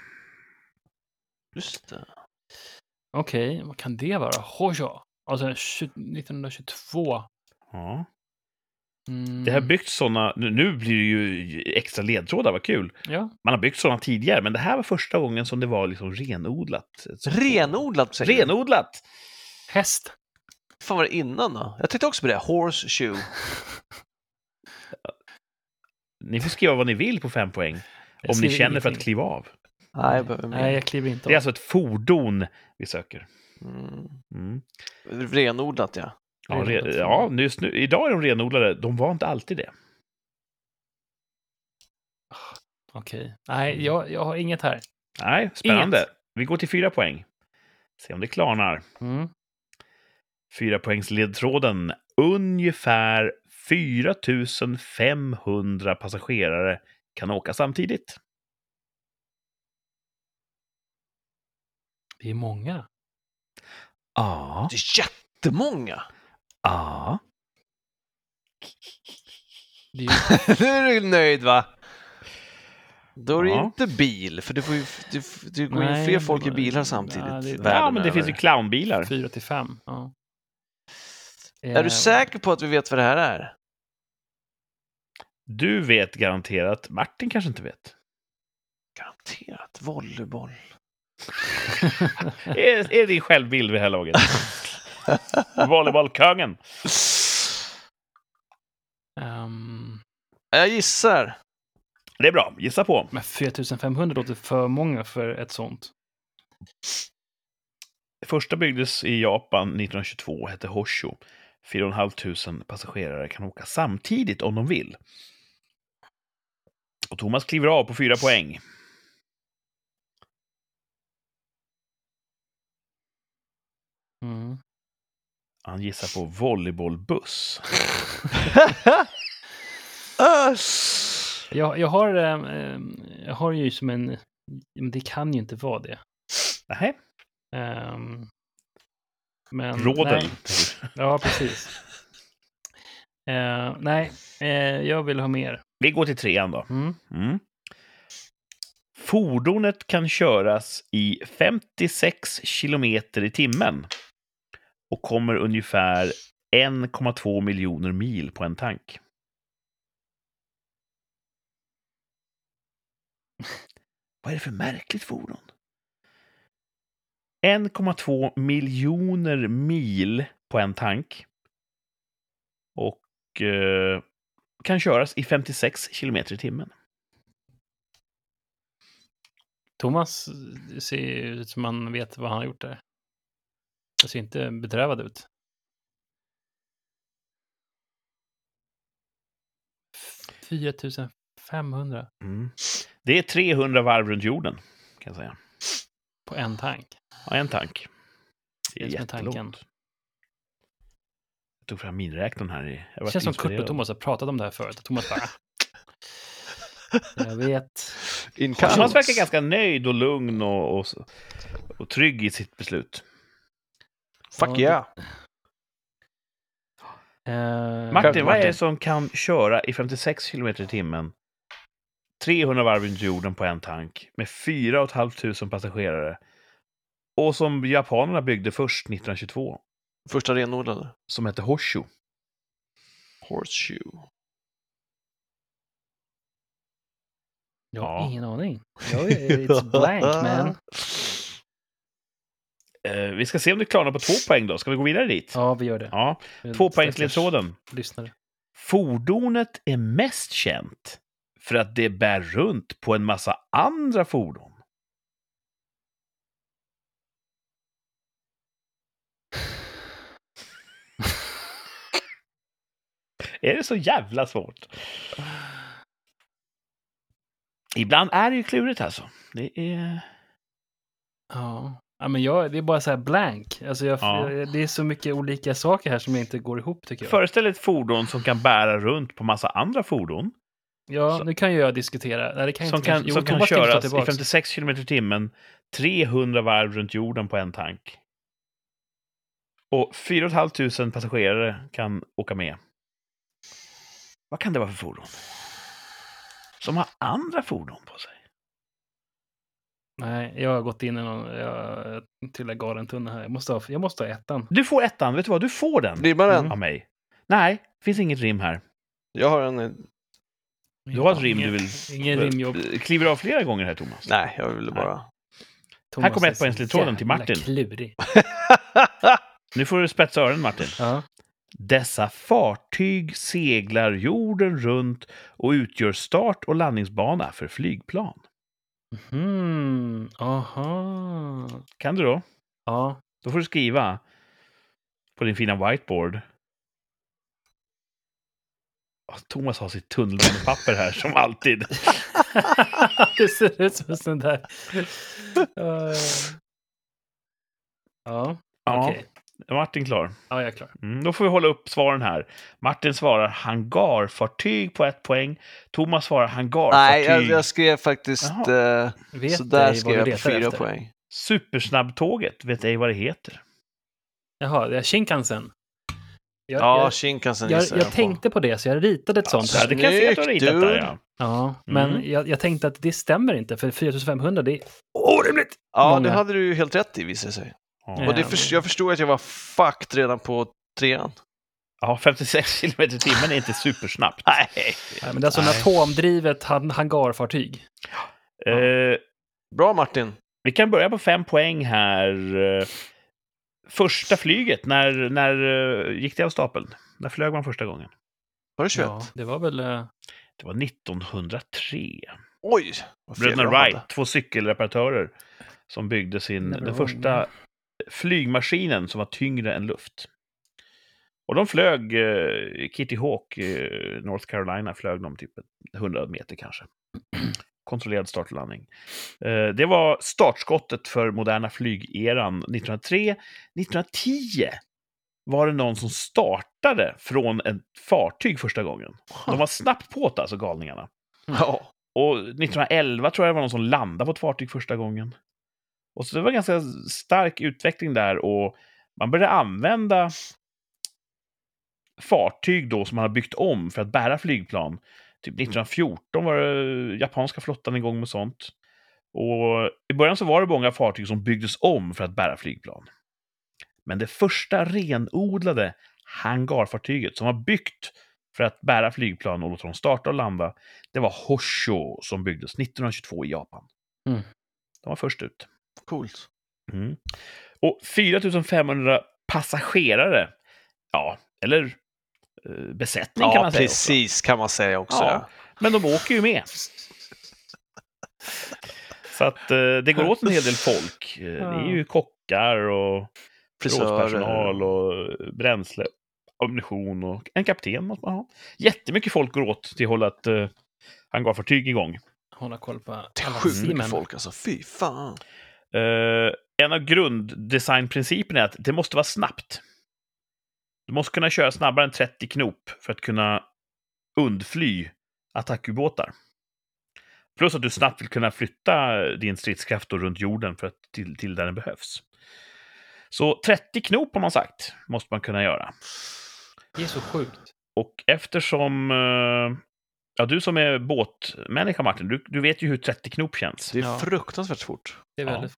Just det. Okej, vad kan det vara? Hosho. Alltså tjugo nittonhundratjugotvå. Ja. Mm. Det har byggts sådana, nu, nu blir det ju extra ledtrådar, vad kul. Ja. Man har byggt sådana tidigare, men det här var första gången som det var liksom renodlat. Renodlat, säger du? Renodlat! Häst. Fan var det innan då? Jag tänkte också på det. Horseshoe. Ni får skriva vad ni vill på fem poäng. Jag Om ni skriver känner för att ingenting. kliva av. Nej, jag behöver Nej, mer. jag kliver inte Det är av. alltså ett fordon vi söker. Mm. Mm. Renodlat, ja. Ja, Renodlat re, ja just nu, idag är de renodlade. De var inte alltid det. Okej. Nej, jag, jag har inget här. Nej, spännande. Inget. Vi går till fyra poäng. Se om det klarnar. Mm. Fyra poängs ledtråden. Ungefär fyra tusen femhundra passagerare kan åka samtidigt. Det är många. Ja. Det är jättemånga. Ja. Det är ju... Nu är du nöjd, va? Då är det Ja. inte bil, för du, får ju, du, du går ju Nej, fler det folk i var- bilar samtidigt. Ja, det- världen Ja, men det över. finns ju clownbilar. Fyra till fem. Ja. Är du säker på att vi vet vad det här är? Du vet garanterat. Martin kanske inte vet. Garanterat. Volleyboll. är, är det din självbild vid det här laget? Volleybollkungen. Um, Jag gissar. Det är bra. Gissa på. men fyra tusen femhundra låter för många för ett sånt. Det första byggdes i Japan nittonhundratjugotvå och hette Hosho. fyra tusen femhundra passagerare kan åka samtidigt om de vill. Och Thomas kliver av på fyra poäng. Mm. Han gissar på volleybollbuss. Jag, jag, har, eh, jag har ju som en... Men det kan ju inte vara det. Nej, Um, men, rådel. nej. Ja, precis. Eh, nej, eh, jag vill ha mer. Vi går till trean då. Mm. Mm. Fordonet kan köras i femtiosex kilometer i timmen och kommer ungefär en komma två miljoner mil på en tank. Vad är det för märkligt fordon? en komma två miljoner mil på en tank och eh, kan köras i femtiosex kilometer i timmen. Thomas ser ut som man vet vad han har gjort där. Det ser inte bedrövad ut. fyra tusen femhundra Mm. Det är trehundra varv runt jorden, kan jag säga. på en tank. Ja, en tank. Det är Det är som är jättelångt. tanken. Jag tog fram minräknaren här. I. Jag Det känns som Kurt och Thomas har pratat om det här förut. Thomas bara... jag vet. Inkast. Thomas verkar ganska nöjd och lugn och, och, och trygg i sitt beslut. Fuck Ja, yeah. Eh, Martin, vad är det Martin. som kan köra i femtiosex kilometer i timmen, trehundra varv runt jorden på en tank, med fyra tusen femhundra passagerare Och som japanerna byggde först nittonhundratjugotvå. Första renodlade. Som hette Hoshu. Horseshoe. Jag har Ja. ingen aning. Jag är, it's blank, man. Eh, vi ska se om du klarar på två poäng då. Ska vi gå vidare dit? Ja, vi gör det. Ja. Vi- Tvåpoängsledtråden. Lyssnare. Fordonet är mest känt för att det bär runt på en massa andra fordon. Är det så jävla svårt? Ibland är det ju klurigt alltså. Det är... Ja. Ja, men jag, det är bara så här blank. Alltså jag, Ja. jag, det är så mycket olika saker här som inte går ihop, tycker jag. Föreställ dig ett fordon som kan bära runt på massa andra fordon. Ja, Så- nu kan ju jag diskutera. Nej, det kan Som inte, kan, jo, som kan Thomas kan få ta köras i tillbaks. femtiosex kilometer i timmen, trehundra varv runt jorden på en tank. Och fyra tusen femhundra passagerare kan åka med. Vad kan det vara för fordon? Som har andra fordon på sig. Nej, jag har gått in i någon... Jag trillar galen tunna här. Jag måste, ha, jag måste ha ettan. Du får ettan, vet du vad? Du får den Rimmar den? Mm. av mig. Nej, finns inget rim här. Jag har en... Du har ett rim Ingen- du vill... Ingen rimjobb. Kliver du av flera gånger här, Thomas? Nej, jag ville bara... Thomas kommer är ett poäng så till tråden till jävla Martin. klurig. Nu får du spetsa öronen, Martin. Ja. Dessa fartyg seglar jorden runt och utgör start- och landningsbana för flygplan. Hmm. Aha. Kan du då? Ja. Då får du skriva på din fina whiteboard. Åh, Thomas har sitt tunnelbanepapper här, som alltid. Det ser ut som en sån där... Uh, ja, Ja, okej. är Martin klar? Ja, jag är klar. Mm, då får vi hålla upp svaren här. Martin svarar hangarfartyg på ett poäng. Thomas svarar hangarfartyg. Nej, jag, jag skrev faktiskt... Eh, Vet så där ej skrev vad jag du på letar fyra efter. poäng. Supersnabbtåget, vet ej vad det heter. Jaha, det är Shinkansen. Jag, Ja, jag, Shinkansen jag, gissar jag jag på. tänkte på det, så jag ritade ett sånt. Ja, här. det kan jag se att du har ritat Snyggt, där, dude. ja. Ja, men Mm. jag, jag tänkte att det stämmer inte, för fyra tusen femhundra, det är orimligt. Ja, Många. det hade du ju helt rätt i, visade sig. Ja. Och det Ja. för, jag förstod att jag var fucked redan på trean. Ja, femtiosex kilometer i timmen är inte supersnabbt. Nej. Nej, men det är alltså en Nej. atomdrivet han, hangarfartyg. Eh, Bra, Martin. vi kan börja på fem poäng här. Eh, Första flyget, när, när eh, gick det av stapeln? När flög man första gången? Var det tjugoett? Ja, det var väl... eh, Det var nittonhundratre. Oj! Vad fel Bröderna jag Wright, hade. två cykelreparatörer, som byggde sin, Never den wrong. första flygmaskinen som var tyngre än luft. Och de flög, eh, Kitty Hawk, eh, North Carolina, flög de typ hundra meter kanske. Kontrollerad start och landning. Eh, det var startskottet för moderna flygeran nittonhundratre. nittonhundratio var det någon som startade från ett fartyg första gången. De var snabbt på det, alltså galningarna. Ja. Och nittonhundraelva tror jag det var någon som landade på ett fartyg första gången. Och så det var ganska stark utveckling där, och man började använda fartyg då som man har byggt om för att bära flygplan. Typ nittonhundrafjorton var det japanska flottan igång med sånt. Och i början så var det många fartyg som byggdes om för att bära flygplan. Men det första renodlade hangarfartyget som var byggt för att bära flygplan och låta dem starta och landa, det var Hosho som byggdes nittonhundratjugotvå i Japan. Mm. De var först ut. Coolt. Mm. Och fyra tusen femhundra passagerare, ja, eller eh, besättning kan Ja, man säga precis kan man säga också. också. Ja. Ja, men de åker ju med. Så att eh, det går åt en hel del folk. Eh, Det är ju kockar och förrådspersonal och bränsle, ammunition och en kapten måste man ha. Jättemycket folk går åt till att hålla ett eh, hangarfartyg igång. Hålla koll på alla Det är sjukt mycket seamen. folk alltså, fy fan. Eh, en av grunddesignprinciperna är att det måste vara snabbt. Du måste kunna köra snabbare än trettio knop för att kunna undfly attackubåtar. Plus att du snabbt vill kunna flytta din stridskraft då runt jorden för att till, till där den behövs. Så trettio knop har man sagt måste man kunna göra. Det är så sjukt. Och eftersom eh, ja, du som är båtmänniska, Martin, du, du vet ju hur trettio knop känns. Det är Ja. fruktansvärt fort. Det är Ja. väldigt fort.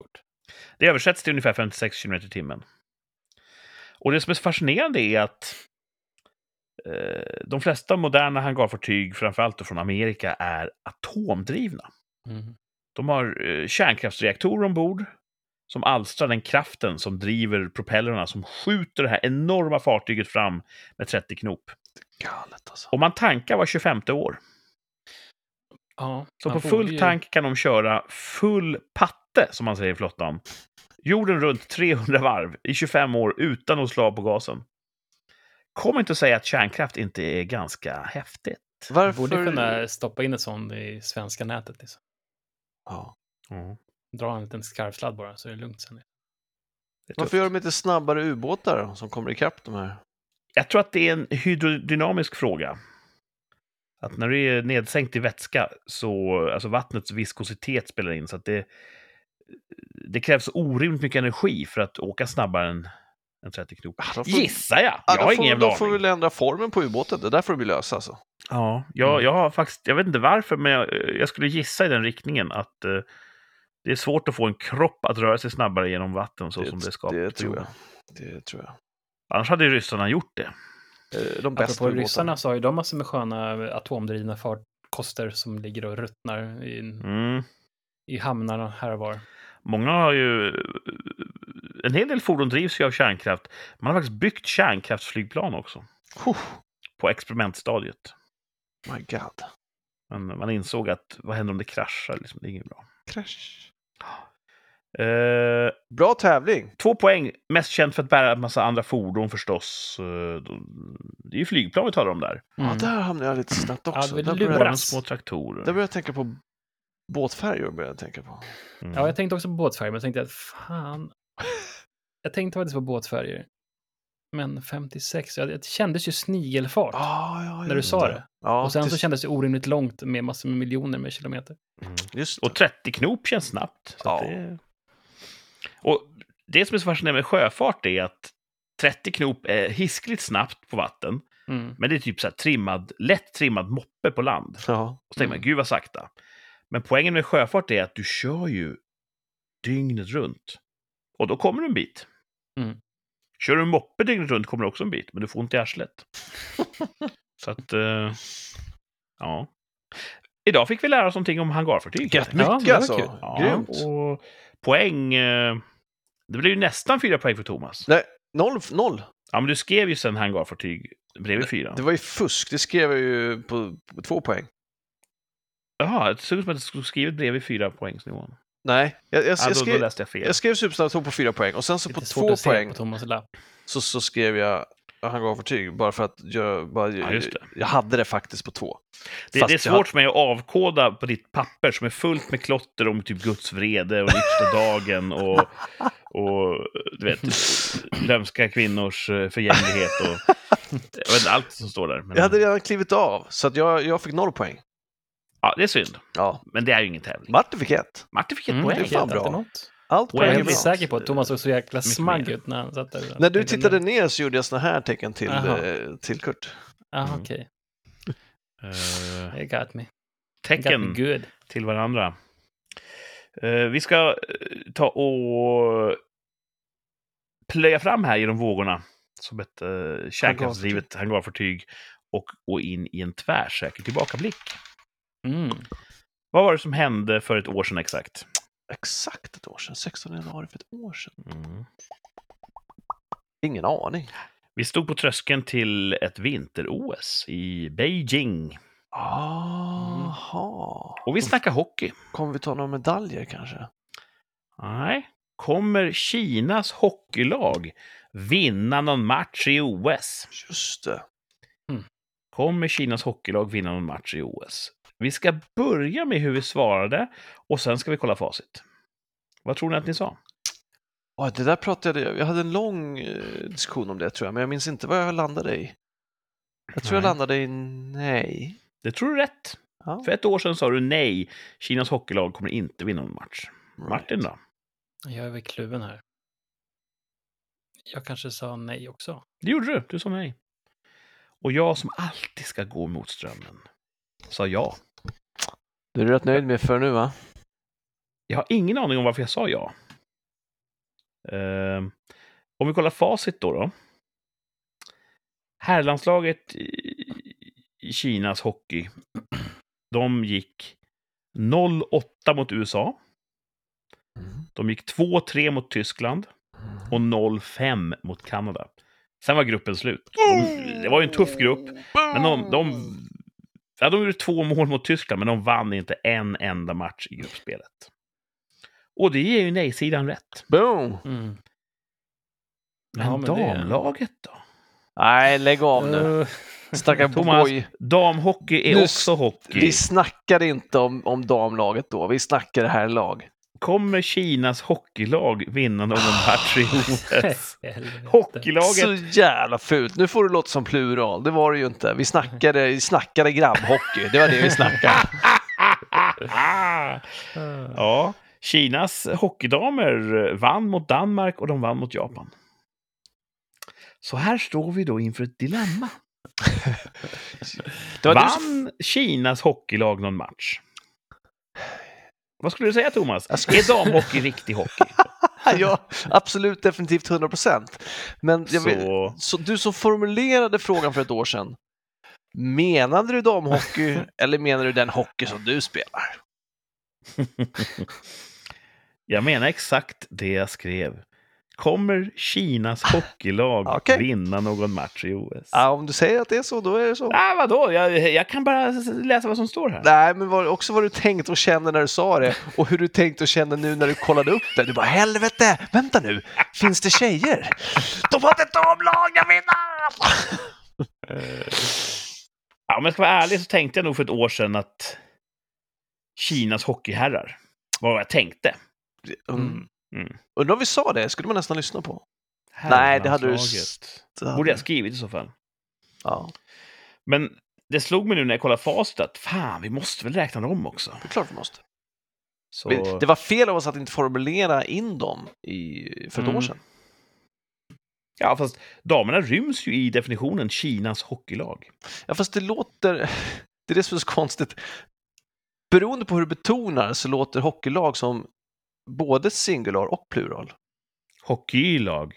Det översätts till ungefär femtiosex kilometer i timmen. Och det som är så fascinerande är att eh, de flesta moderna hangarfartyg, framförallt från Amerika, är atomdrivna. Mm. De har eh, kärnkraftsreaktorer ombord som alstrar den kraften som driver propellrarna som skjuter det här enorma fartyget fram med trettio knop. Galet alltså. Och man tankar var tjugofemte år. Ja, Så man på borde full ju- tank kan de köra full patte, som man säger i flottan. Jorden runt trehundra varv i tjugofem år utan att slå av på gasen. Kom inte att säga att kärnkraft inte är ganska häftigt. Varför? Borde kunna stoppa in ett sånt i svenska nätet. Liksom. Ja. Mm. Dra en liten skarvsladd bara så är det lugnt sen. Det är Varför tufft. gör de inte snabbare ubåtar då, som kommer ikapp de här? Jag tror att det är en hydrodynamisk fråga. Att när det är nedsänkt i vätska så, alltså vattnets viskositet spelar in, så att det, det krävs orimligt mycket energi för att åka snabbare än, än trettio knop. Ah, de får- Gissar jag! Ja, Jag då har får, ingen jävla då får vi aning. väl ändra formen på ubåten, det där får vi lösa alltså. Ja, jag, Mm. jag har faktiskt, jag vet inte varför, men jag, jag skulle gissa i den riktningen att eh, det är svårt att få en kropp att röra sig snabbare genom vatten så som det är skapat det på tror jorden. jag. Det tror jag. Annars hade ju ryssarna gjort det. Eh, De bästa Apropå ubåtarna. ryssarna så har ju de massor med sköna atomdrivna farkoster som ligger och ruttnar i, Mm. i hamnarna här och var. Många har ju... En hel del fordon drivs ju av kärnkraft. Man har faktiskt byggt kärnkraftsflygplan också. Huh, På experimentstadiet. my god. Men man insåg att vad händer om det kraschar? Liksom, det är inget bra. Crash. Eh, Bra tävling. två poäng. Mest känt för att bära en massa andra fordon förstås. Eh, det är ju flygplan vi talar om där. Ja, där hamnade jag lite snabbt Ja, också. det där, var började, luras. Våra små traktorer. där började jag tänka på båtfärjor. Började jag tänka på. Mm. Ja, jag tänkte också på båtfärger, men jag tänkte att fan. Jag tänkte faktiskt på båtfärger. Men femtiosex, ja, det kändes ju snigelfart Ah, ja, när du just sa det. Ja, Och sen så det- kändes det orimligt långt med massor med miljoner med kilometer. Mm. Just det. Och trettio knop känns snabbt. Så att Ja. det... Och det som är så fascinerande med sjöfart är att trettio knop är hiskligt snabbt på vatten. Mm. Men det är typ så här trimmad, lätt trimmad moppe på land. Ja. Och så tänker man, Mm. gud vad sakta. Men poängen med sjöfart är att du kör ju dygnet runt. Och då kommer du en bit. Mm. Kör du en moppe dygnet runt kommer du också en bit, men du får ont i arslet. Så att, eh, ja. Idag fick vi lära oss någonting om hangarfartyg. Gött Ja, det mycket var alltså. kul. Ja, Grymt. och poäng... eh, Det blev ju nästan fyra poäng för Thomas. Nej, noll, noll. Ja, men du skrev ju sen hangarfartyg bredvid fyra. Det var ju fusk. Det skrev jag ju på, på två poäng. Jaha, det såg ut som att du skulle skrivit bredvid fyra poängsnivån. Nej, jag, jag, Ja, jag, då, då skrev, läste jag fel. jag skrev Superstar två på fyra poäng och sen så på Lite svårt två att se poäng på Thomas lapp. så, så skrev jag hangarfartyg bara för att jag, bara, Ja, just det. jag hade det faktiskt på två. Det, Fast det är jag svårt hade- för mig att avkoda på ditt papper som är fullt med klotter om typ Guds vrede och yttersta dagen och, och du vet, lömska kvinnors eh, förgänglighet och jag vet inte allt som står där. Men, Jag hade redan klivit av så att jag, jag fick noll poäng. ja, det är synd. Ja, Men det är ju ingen tävling. Martin fick ett. Martin fick ett Mm, poäng. det är fan helt bra. efter något. Allt Och poäng Jag är är bra. inte säker på att Thomas såg så jäkla Mycket smagg mer. ut när han satt där. När du Tänkte, tittade ner så gjorde jag såna här tecken till, Aha. eh, till Kurt. Ja, Mm. okej. Eh, It got me. It got me tecken good. till varandra. Eh, vi ska eh, ta och plöja fram här genom vågorna som ett eh, kärnkraftsdrivet hangarfartyg och gå in i en tvärsäker tillbakablick. Mm. Vad var det som hände för ett år sedan exakt? Exakt ett år sedan, sextonde januari för ett år sedan. Mm. Ingen aning. Vi stod på tröskeln till ett vinter-O S i Beijing. Aha. Och vi snackar hockey. Kommer vi ta några medaljer kanske? Nej. Kommer Kinas hockeylag vinna någon match i O S? Just det. Kommer Kinas hockeylag vinna någon match i O S? Vi ska börja med hur vi svarade och sen ska vi kolla facit. Vad tror ni att ni sa? Oh, det där pratade jag, jag hade en lång eh, diskussion om det tror jag, men jag minns inte vad jag landade i. Jag tror Nej. jag landade i nej. Det tror du rätt. Ja. För ett år sedan sa du nej. Kinas hockeylag kommer inte vinna någon match. Right. Martin då? Jag är väl kluven här. Jag kanske sa nej också. Det gjorde du. Du sa nej. Och jag som alltid ska gå mot strömmen sa ja. Du är rätt nöjd med för nu va? Jag har ingen aning om varför jag sa ja. Eh, om vi kollar facit då. då. Herrlandslaget i, i Kinas hockey, de gick noll åtta mot U S A. De gick två tre mot Tyskland och noll fem mot Kanada. Sen var gruppen slut. De, det var ju en tuff grupp, men de, de, ja, de gjorde två mål mot Tyskland, men de vann inte en enda match i gruppspelet. Och det ger ju nej-sidan rätt. Boom! Mm. Men, Ja, men det- damlaget då? Nej, lägg av nu. Uh, Stackar Thomas, boy. damhockey är Nu- också hockey. Vi snackade inte om, om damlaget då, vi snackade här lag. Kommer Kinas hockeylag vinna någon match i O S? helvete. Hockeylaget. Så jävla fult. Nu får du låta som plural, det var det ju inte. Vi snackade, vi snackade grabbhockey, det var det vi snackade. Ja, Kinas hockeydamer vann mot Danmark och de vann mot Japan. Så här står vi då inför ett dilemma. Det var du som- Vann Kinas hockeylag någon match? Vad skulle du säga, Thomas? Jag skulle- Är damhockey riktig hockey? Ja, absolut, definitivt hundra procent. Men jag vill, Så... så du som formulerade frågan för ett år sedan, menade du damhockey eller menar du den hockey som du spelar? Jag menar exakt det jag skrev. Kommer Kinas hockeylag Okej. vinna någon match i O S? Ja, om du säger att det är så, då är det så. Ah, vadå? Jag, jag kan bara läsa vad som står här. Nej, men var, också vad du tänkte och kände när du sa det och hur du tänkte och kände nu när du kollade upp det. Du bara, helvete, vänta nu, finns det tjejer? De har ett damlag, jag vinner! Ja, om jag ska vara ärlig så tänkte jag nog för ett år sedan att Kinas hockeyherrar var vad jag tänkte. Mm. Mm. Undrar om vi sa det, skulle man nästan lyssna på. Nej, det hade du... Herrlandslaget. Det hade- Borde jag skrivit i så fall. Ja, Men det slog mig nu när jag kollade facit att fan, vi måste väl räkna dem också. det är klart vi måste. Så... Vi- Det var fel av oss att inte formulera in dem i, för ett Mm. år sedan. Ja, fast damerna ryms ju i definitionen Kinas hockeylag. Ja, fast det låter... Det är det som är så konstigt. Beroende på hur du betonar så låter hockeylag som både singular och plural. Hockeylag.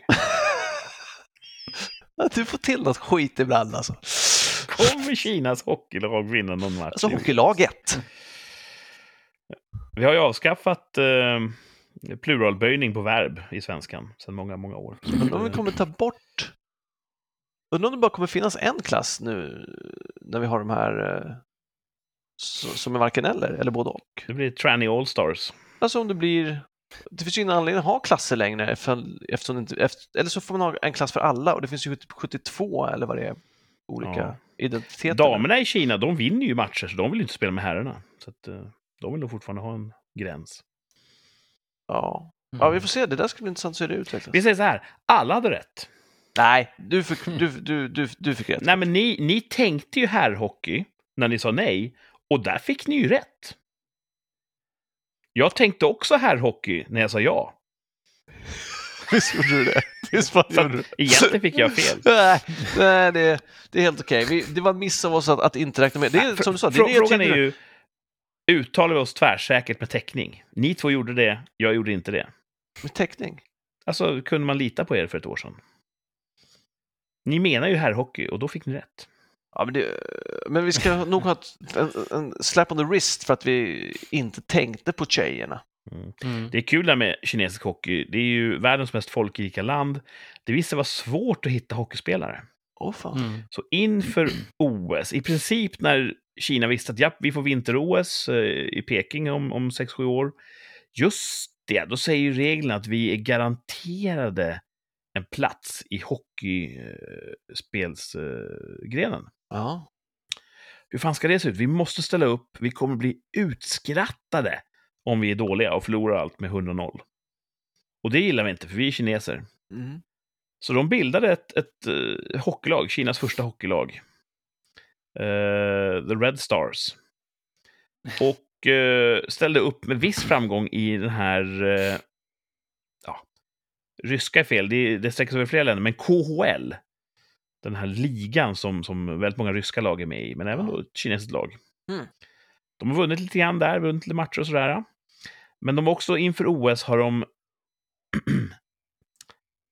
Du får till något skit ibland alltså. Kommer Kinas hockeylag vinna någon match? Alltså hockeylaget. Vi har ju avskaffat eh, pluralböjning på verb i svenskan sedan många, många år. Undrar om vi kommer ta bort... Undrar om det bara kommer finnas en klass nu när vi har de här eh, s- som är varken eller, eller både och. Det blir Tranny All-Stars. Alltså om det blir... Det finns ju ingen anledning att ha klasser längre eftersom, eftersom det inte, efter, eller så får man ha en klass för alla och det finns ju sjuttiotvå eller vad det är, olika Ja. identiteter. Damerna i Kina, de vinner ju matcher så de vill ju inte spela med herrarna. Så att, eh, de vill nog fortfarande ha en gräns. Ja. Ja, vi får se. Det där ska bli intressant att se det utvecklas. Vi säger så här, alla hade rätt. Nej, du fick, du, du, du, du fick rätt. Nej, men ni, ni tänkte ju herrhockey när ni sa nej, och där fick ni ju rätt. Jag tänkte också herrhockey när jag sa ja. Visst gjorde du det? Visst var Så att, egentligen fick jag fel. Nej, nej det, det är helt okej. Vi, det var en miss av oss att, att inte räkna med. Det är som du sa, det är Frå- Frågan är tydligen- ju, uttalar vi oss tvärsäkert med täckning? Ni två gjorde det, jag gjorde inte det. med täckning. Alltså, kunde man lita på er för ett år sedan? Ni menar ju herrhockey, och då fick ni rätt. Ja, men, det, men vi ska nog ha ett, en, en slap on the wrist för att vi inte tänkte på tjejerna. Mm. Mm. Det är kul där med kinesisk hockey. Det är ju världens mest folkrika land. Det visste var svårt att hitta hockeyspelare. Åh fan. Mm. Så inför O S, i princip när Kina visste att ja, vi får vinter-O S eh, i Peking om, om sex sju år. Just det, då säger ju reglerna att vi är garanterade en plats i hockeyspelsgrenen. Ja. Hur fan ska det se ut? Vi måste ställa upp, vi kommer bli utskrattade om vi är dåliga och förlorar allt med hundra noll. Och det gillar vi inte, för vi är kineser. Mm. Så de bildade ett, ett uh, hockeylag, Kinas första hockeylag. Uh, The Red Stars. Och uh, ställde upp med viss framgång i den här... Uh, ja, ryska är fel, det, det sträcker sig över flera länder, men K H L. Den här ligan som, som väldigt många ryska lag är med i, men även då ett kinesiskt lag. Mm. De har vunnit lite grann där, vunnit lite matcher och sådär. Men de har också inför O S har de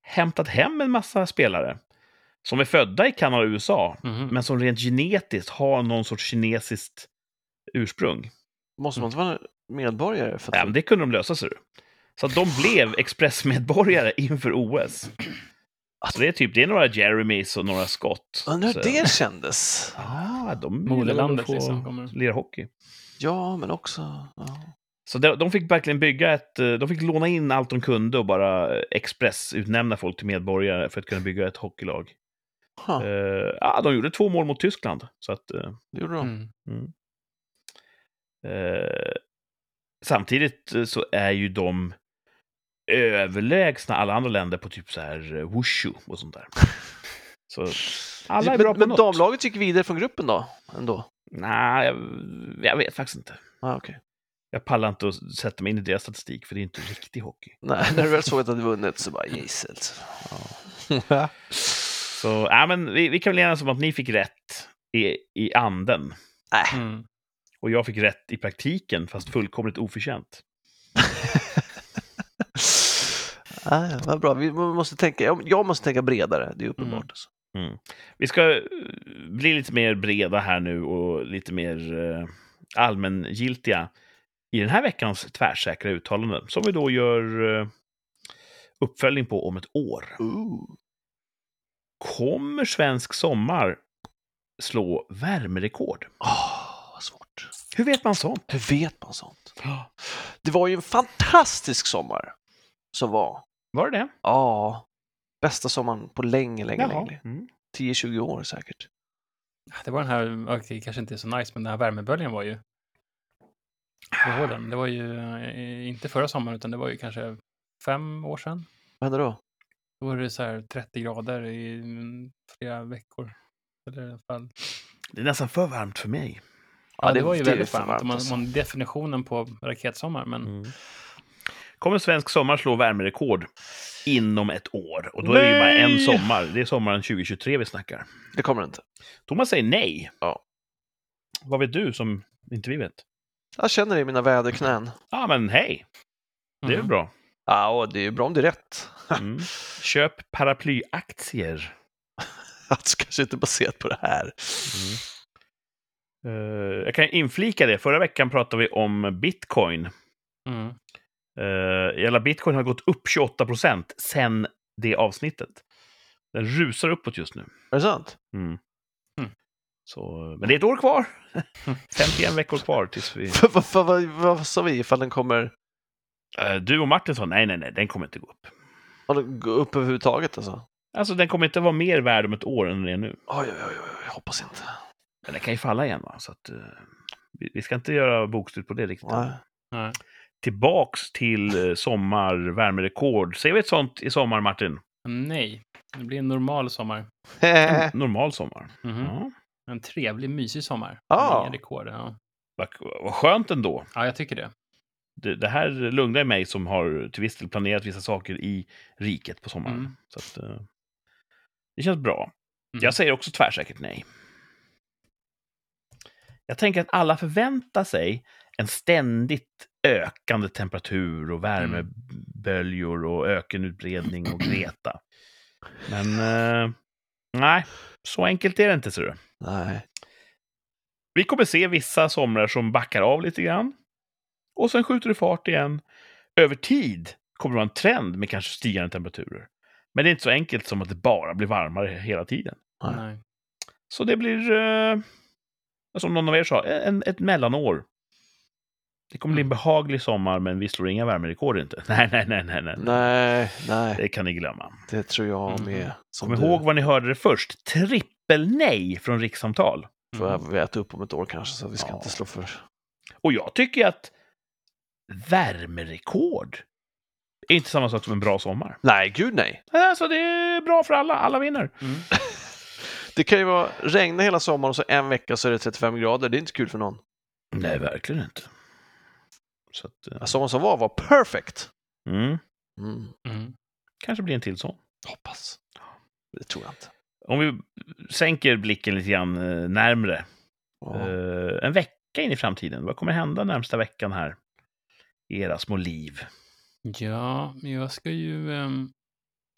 hämtat hem en massa spelare som är födda i Kanada och U S A, Mhm. men som rent genetiskt har någon sorts kinesiskt ursprung. Måste man inte vara medborgare för att Ja, få... men det kunde de lösa sig. Så att de blev expressmedborgare inför O S. Så det är typ, det är några Jeremys och några Scott. Undrar hur Så- det kändes. Ja, de Moderlandet få liksom kommer. lira hockey. Ja, men också... Ja. Så de, de fick verkligen bygga ett... De fick låna in allt de kunde och bara express utnämna folk till medborgare för att kunna bygga ett hockeylag. Huh, Uh, ja, de gjorde två mål mot Tyskland. Så att... Uh, det gjorde de. Mm. mm. uh, samtidigt så är ju de överlägsna alla andra länder på typ så här uh, wushu och sånt där. Så alla är men bra på men något. damlaget gick vidare från gruppen då? Ändå? Nej, jag, jag vet faktiskt inte. Ah, okej. Jag pallar inte att sätta mig in i deras statistik, för det är inte riktig hockey. Nej, när du väl såg att du hade vunnit så bara, Jesus. Ja. Så, ja, men vi, vi kan väl enas om att ni fick rätt i, i anden. Nej. Mm. Och jag fick rätt i praktiken, fast fullkomligt oförtjänt. Nej, vad bra. Vi måste tänka, jag, jag måste tänka bredare, det är uppenbart. Mm. Alltså. Mm. Vi ska eh, bli lite mer breda här nu och lite mer eh, allmängiltiga i den här veckans tvärsäkra uttalanden, som vi då gör eh, uppföljning på om ett år. Ooh. Kommer svensk sommar slå värmerekord? Åh, vad svårt. Hur vet man sånt? Hur vet man sånt? Det var ju en fantastisk sommar som var. Var det det? Ja, bästa sommaren på länge, länge, Jaha. länge. Mm. tio tjugo år säkert. Det var den här, okej, kanske inte är så nice, men den här värmeböljan var ju... Vad var den? Det var ju eh, inte förra sommaren, utan det var ju kanske fem år sedan. Vad hände då? Då var det så här trettio grader i mm, flera veckor. Eller i alla fall. Det är nästan för varmt för mig. Ja, Ja, det, det- var ju det är väldigt för varmt. varmt, Om man, alltså. man definitionen på raketsommar, men Mm. Kommer svensk sommar slå värmerekord inom ett år? Och då är det ju bara en Nej! sommar. Det är sommaren tjugo tjugotre vi snackar. Det kommer det inte. Thomas säger nej. Ja. Vad vet du som inte vi vet? Jag känner det i mina väderknän. Ja, men hej. Det är Mhm. bra. Ja, och det är ju bra om det är rätt. Mm. Köp paraplyaktier. Alltså kanske inte baserat på det här. Mm. Uh, jag kan inflika det. Förra veckan pratade vi om bitcoin. Mm. Uh, hela bitcoin har gått upp tjugoåtta procent sen det avsnittet. Den rusar uppåt just nu. Är det sant? Mm. Mm. Så, men det är ett år kvar. femtioen veckor kvar tills vi... Vad, vad, vad, vad, vad sa vi ifall den kommer Uh, du och Martin sa nej, nej, nej, den kommer inte gå upp. ja, den gå upp överhuvudtaget alltså? Alltså, den kommer inte vara mer värd om ett år än den är nu. Oj, oj, oj, oj, jag hoppas inte. Men den kan ju falla igen, va? Så att, uh, vi, vi ska inte göra bokslut på det riktigt. Nej. Nej. Tillbaks till uh, sommar, värmerekord. Ser vi ett sånt i sommar, Martin? Nej, det blir en normal sommar. En normal sommar. Mhm. Ja. En trevlig, mysig sommar. Ja. Inga rekord. Ja. Vad, vad skönt ändå. ja, jag tycker det. Det, det här lugnar mig som har till viss del planerat vissa saker i riket på sommaren. Mm. Så att, uh, det känns bra. Mm. Jag säger också tvärsäkert nej. Jag tänker att alla förväntar sig en ständigt ökande temperatur och värmeböljor och ökenutbredning och Greta. Men eh, nej, så enkelt är det inte, ser du. Nej. Vi kommer se vissa somrar som backar av lite grann. Och sen skjuter det fart igen. Över tid kommer det vara en trend med kanske stigande temperaturer. Men det är inte så enkelt som att det bara blir varmare hela tiden. Nej. Nej. Så det blir, eh, som någon av er sa, en, ett mellanår. Det kommer bli en behaglig sommar, men vi slår inga värmerekord inte. Nej, nej, nej, nej, nej. Nej, nej. Det kan ni glömma. Det tror jag Mm. med. Som Kom du ihåg vad ni hörde det först. Trippelnej från Rikssamtal. får Mm. jag äta upp om ett år kanske, så vi ska Ja. inte slå för... Och jag tycker att värmerekord är inte samma sak som en bra sommar. Nej, gud nej. Alltså, det är bra för alla. Alla vinner. Mm. Det kan ju vara regna hela sommaren och så en vecka så är det trettiofem grader. Det är inte kul för någon. Nej, verkligen inte. Så att, eh, Sommaren som var var perfect. mm, Mm. Mm. kanske blir en till sån. Hoppas. Det tror jag inte. Om vi sänker blicken lite grann eh, närmre. Ja. Eh, en vecka in i framtiden. Vad kommer hända närmsta veckan här? I era små liv. Ja, men jag ska ju... ehm,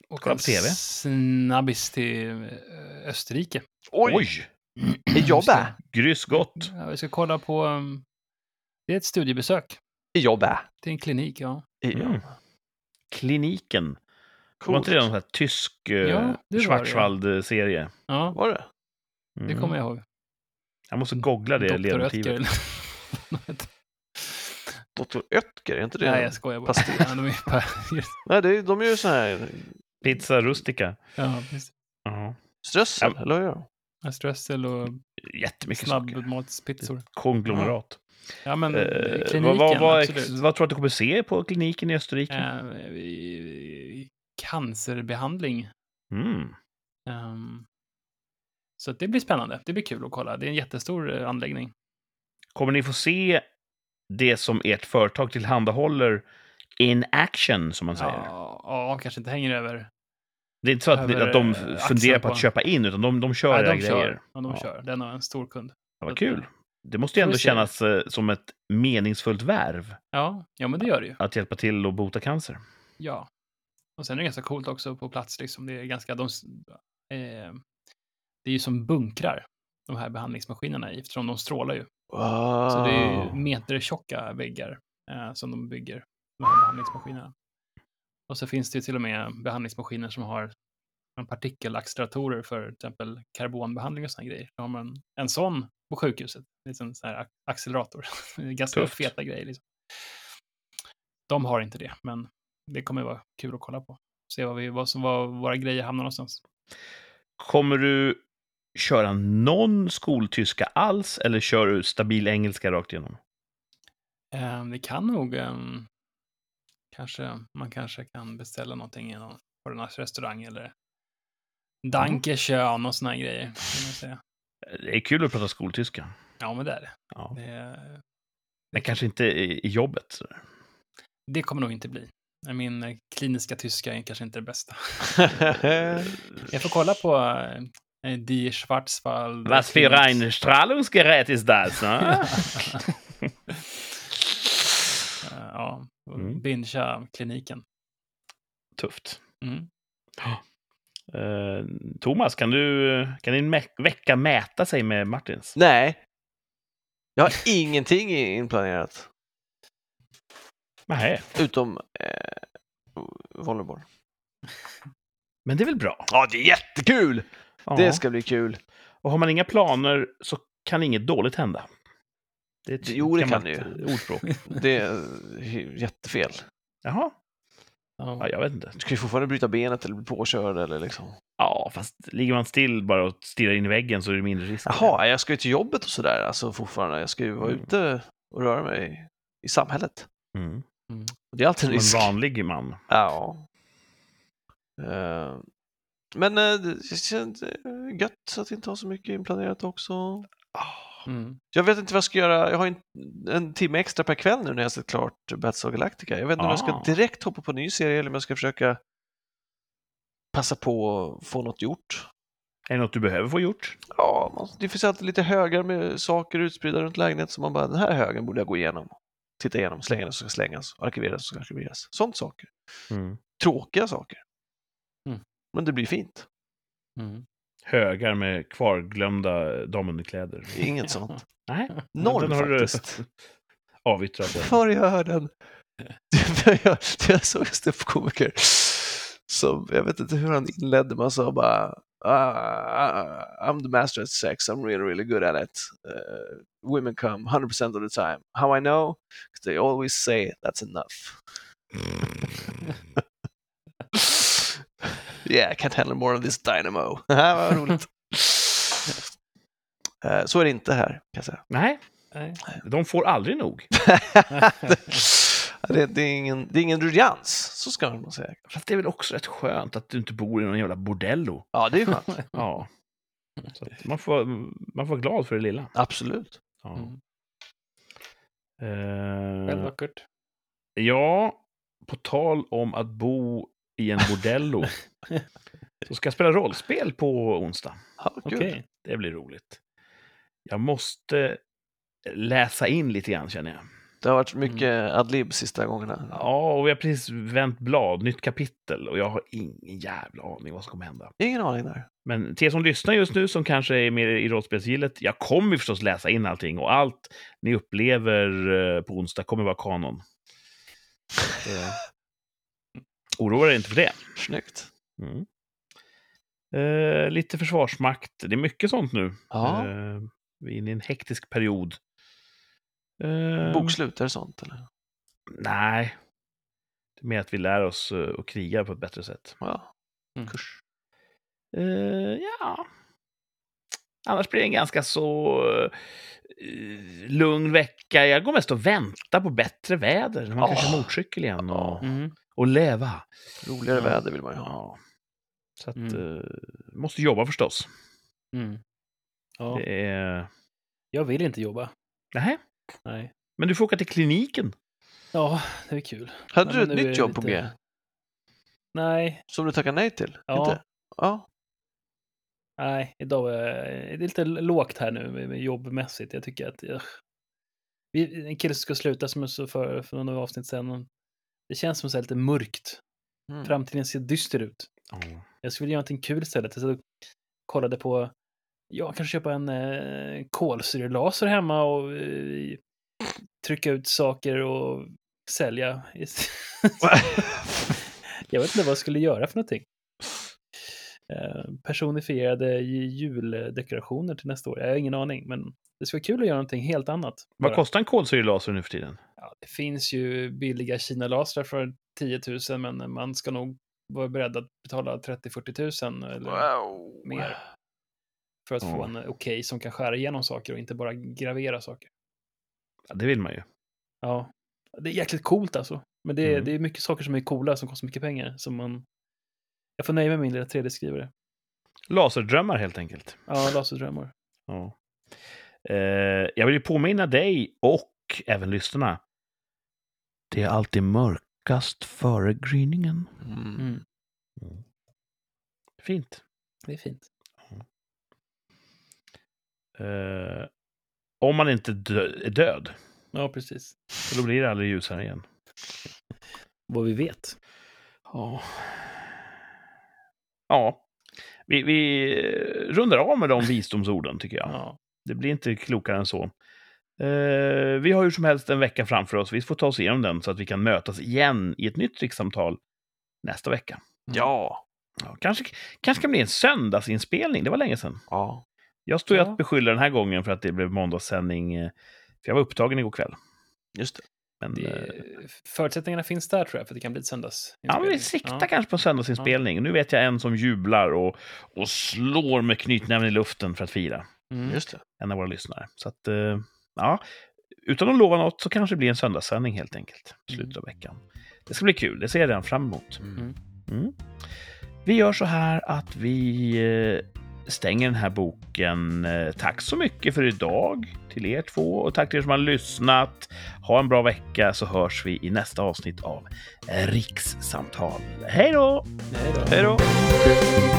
Och Kolla en på T V. snabbis till eh, Österrike. Oj! Oj! Är jag Ska- bä? Gryss gott. Ja, vi ska kolla på... um, det är ett studiebesök. Är jag bä? Det är en klinik, ja. Är jag? Mm. Kliniken. Var Coolt. inte det någon sån här tysk eh, Ja, det var det, ja. Schwarzwald-serie? Ja, Var det? det Mm. kommer jag ihåg. Jag måste googla det Doktor ledmotivet. Ötker. Doktor Ötker, är inte det? Nej, jag skojar bara. Pastisch? Ja, de är bara... Nej, det är, de är ju så här Liksom. Pizza rustica. Ja, precis. Ja. strössel, Ja. eller vad gör de? Strössel och Jättemycket saker. snabbmatspizzor. Konglomerat. Ja, men Eh, kliniken, vad, vad, vad, absolut. vad tror du att du kommer se på kliniken i Österrike? Eh, i- i- cancerbehandling. Mm. Ehm, så att det blir spännande. Det blir kul att kolla. Det är en jättestor eh, anläggning. Kommer ni få se det som ert företag tillhandahåller in action, som man säger? Ja, ja, kanske inte hänger över. Det är inte så att, Över, att de eh, funderar axeln på att på- köpa in, utan de, de kör Nej, era de grejer. kör. Ja, de Ja. kör. Den har en stor kund. Ja, vad kul. Det måste ju Får vi ändå se. kännas eh, som ett meningsfullt värv Ja, ja, men det gör det ju. att hjälpa till och bota cancer. Ja. Och sen är det ganska coolt också på plats. Liksom. Det är ganska... De, eh, det är ju som bunkrar, de här behandlingsmaskinerna, i, eftersom de strålar ju. Wow. Så det är ju metertjocka väggar eh, som de bygger, de här behandlingsmaskinerna. Och så finns det ju till och med behandlingsmaskiner som har en partikelacceleratorer för till exempel karbonbehandling och såna grejer. Då har man en sån på sjukhuset, en sån här accelerator. Det är ganska Tufft. feta grejer. Liksom. De har inte det, men det kommer vara kul att kolla på. Se vad, vi, vad, som, vad våra grejer hamnar någonstans. Kommer du köra någon skoltyska alls, eller kör du stabil engelska rakt igenom? Eh, vi kan nog... Eh, kanske, man kanske kan beställa någonting i någon på en restaurang eller Danke schön och såna här grejer. Kan man säga. Det är kul att prata skoltyska. Ja, men det är det. Ja. Det, är- Men kanske inte i, i jobbet. Så. det kommer nog inte bli. Min eh, kliniska tyska är kanske inte det bästa. Jag får kolla på eh, Die Schwarzwald. Was für ein Strahlungsgerät ist das? Ne? Eh, ja, och Mm. bingea kliniken. Tufft. Mm. Eh, Thomas, kan, du, kan din me- vecka mäta sig med Martins? Nej. Jag har ingenting inplanerat. Nej, Utom eh, volleyboll. men det är väl bra? Ja, det är jättekul! Ja. Det ska bli kul. Och har man inga planer så kan inget dåligt hända. Det är ett Jo, det kan gammalt det ordspråk. Det är jättefel. Jaha, Ja. ja, jag vet inte. Du kan ju fortfarande bryta benet eller bli påkörd eller liksom. Ja, fast ligger man still bara och stirrar in i väggen så är det mindre risk. Jaha, jag ska ju till jobbet och sådär. Alltså fortfarande. Jag ska ju vara Mm. ute och röra mig i samhället. Mm. Och det är alltid en Som risk. en vanlig man. Ja. Eh, men eh, det känns eh, gött att inte ha så mycket inplanerat också. Mm. Jag vet inte vad jag ska göra. Jag har en, en timme extra per kväll nu när jag har sett klart Battlestar Galactica. Jag vet inte om jag ska Ah. direkt hoppa på en ny serie eller om jag ska försöka passa på att få något gjort. Är det något du behöver få gjort? Ja, man, det finns alltid lite högar med saker utspridda runt lägenheten som man bara, den här högen borde jag gå igenom. Titta igenom, slänga den så ska slängas, arkiveras så ska arkiveras. Sånt saker. Mm. Tråkiga saker. Mm. Men det blir fint. Mm. Högar med kvarglömda damunderkläder. Inget sånt. Nej, Noll den har du faktiskt. avyttrat den. Var gör den? jag, jag såg en ståuppkomiker som, jag vet inte hur han inledde, man sa bara ah, I'm the master at sex, I'm really really good at it. Uh, women come one hundred percent of the time. How I know? Because they always say that's enough. Yeah, I can't handle more of this dynamo. Vad roligt. Uh, så är det inte här, kan jag säga. Nej, Nej. de får aldrig nog. det, det, är ingen, det är ingen rullians, så ska man säga. Fast det är väl också rätt skönt att du inte bor i någon jävla bordello. Ja, det är skönt. Ja. Så att man, får, man får vara glad för det lilla. Absolut. Ja. Mm. Eh, Själv vackert. ja, på tal om att bo i en bordello så ska jag spela rollspel på onsdag. Ja, Okej. kul. Det blir roligt. Jag måste läsa in lite grann, känner jag. Det har varit mycket mm. adlib sista gångerna. Ja, och vi har precis vänt blad, nytt kapitel. Och jag har ingen jävla aning vad som kommer hända. Ingen aning där. Men till er som lyssnar just nu, som kanske är mer i rollspelsgillet, jag kommer förstås läsa in allting. Och allt ni upplever på onsdag kommer vara kanon. uh, oroa er inte för det. Snyggt. Mm. Uh, lite försvarsmakt. Det är mycket sånt nu. Ja. Uh, vi är inne i en hektisk period. Uh, Bokslut, är det sånt? Eller? Nej. Det är mer att vi lär oss uh, att kriga på ett bättre sätt. Ja. Mm. Kurs. Uh, ja. Annars blir det en ganska så uh, lugn vecka. Jag går mest och väntar på bättre väder. När man oh. kan köra motorcykel igen och, mm. och leva. Roligare ja. väder vill man ju ha. Ja. Så att, mm. uh, måste jobba förstås. Mm. Ja. Det är... Jag vill inte jobba. Nej. Nej. Men du får åka till kliniken. Ja, det är kul. Hade men, du ett nytt jobb lite... på G? Nej. Som du tackar nej till? Ja. Inte? Ja. Nej, idag är det lite lågt här nu med jobbmässigt. Jag tycker att jag... en kille som ska sluta som jag så för, för några avsnitt sedan. Det känns som så lite mörkt. Mm. Framtiden ser dyster ut. Mm. Jag skulle göra någonting kul istället. Jag kollade på, jag kanske köpa en eh, kolsyrelaser hemma och eh, trycka ut saker och sälja. Jag vet inte vad jag skulle göra för någonting. Eh, personifierade juldekorationer till nästa år. Jag har ingen aning, men det skulle vara kul att göra någonting helt annat. Vad bara. Kostar en kolsyrelaser nu för tiden? Ja, det finns ju billiga Kina-lasrar för tio tusen, men man ska nog vara beredd att betala trettio till fyrtio tusen eller wow. mer för att mm. få en okej okay som kan skära igenom saker och inte bara gravera saker. Ja, det vill man ju. Ja, det är jäkligt coolt alltså. Men det är, mm. det är mycket saker som är coola som kostar mycket pengar. Som man... Jag får nöja med min lilla tre D-skrivare. Laserdrömmar helt enkelt. Ja, laserdrömmar. Ja. Eh, jag vill ju påminna dig och även lyssnarna. Det är alltid mörkast före gryningen. Mm. Mm. Fint. Det är fint. Mm. Eh, om man inte dö- är död. Ja, precis. Så då blir det aldrig ljusare igen. Vad vi vet. Ja. Ja. Vi, vi rundar av med de visdomsorden tycker jag. Ja. Det blir inte klokare än så. Uh, vi har ju som helst en vecka framför oss. Vi får ta oss igenom den så att vi kan mötas igen i ett nytt rikssamtal nästa vecka. Ja. ja kanske, kanske kan bli en söndagsinspelning. Det var länge sedan. Ja. Jag står ju ja. att beskylla den här gången för att det blev måndagssändning. För jag var upptagen igår kväll. Just det. Men, det uh, förutsättningarna finns där tror jag för att det kan bli ett söndagsinspelning. Ja, men vi siktar ja. kanske på söndagsinspelning. Ja. Nu vet jag en som jublar och, och slår med knytnäven i luften för att fira. Mm. Just det. En av våra lyssnare. Så att, uh, ja, utan att lova något så kanske det blir en söndagssändning helt enkelt. I slutet av veckan. Det ska bli kul, det ser jag redan fram emot. Mm. Mm. Vi gör så här att vi uh, stänger den här boken. Uh, tack så mycket för idag till er två och tack till er som har lyssnat. Ha en bra vecka så hörs vi i nästa avsnitt av Rikssamtal. Hej då! Hej då! Hej då!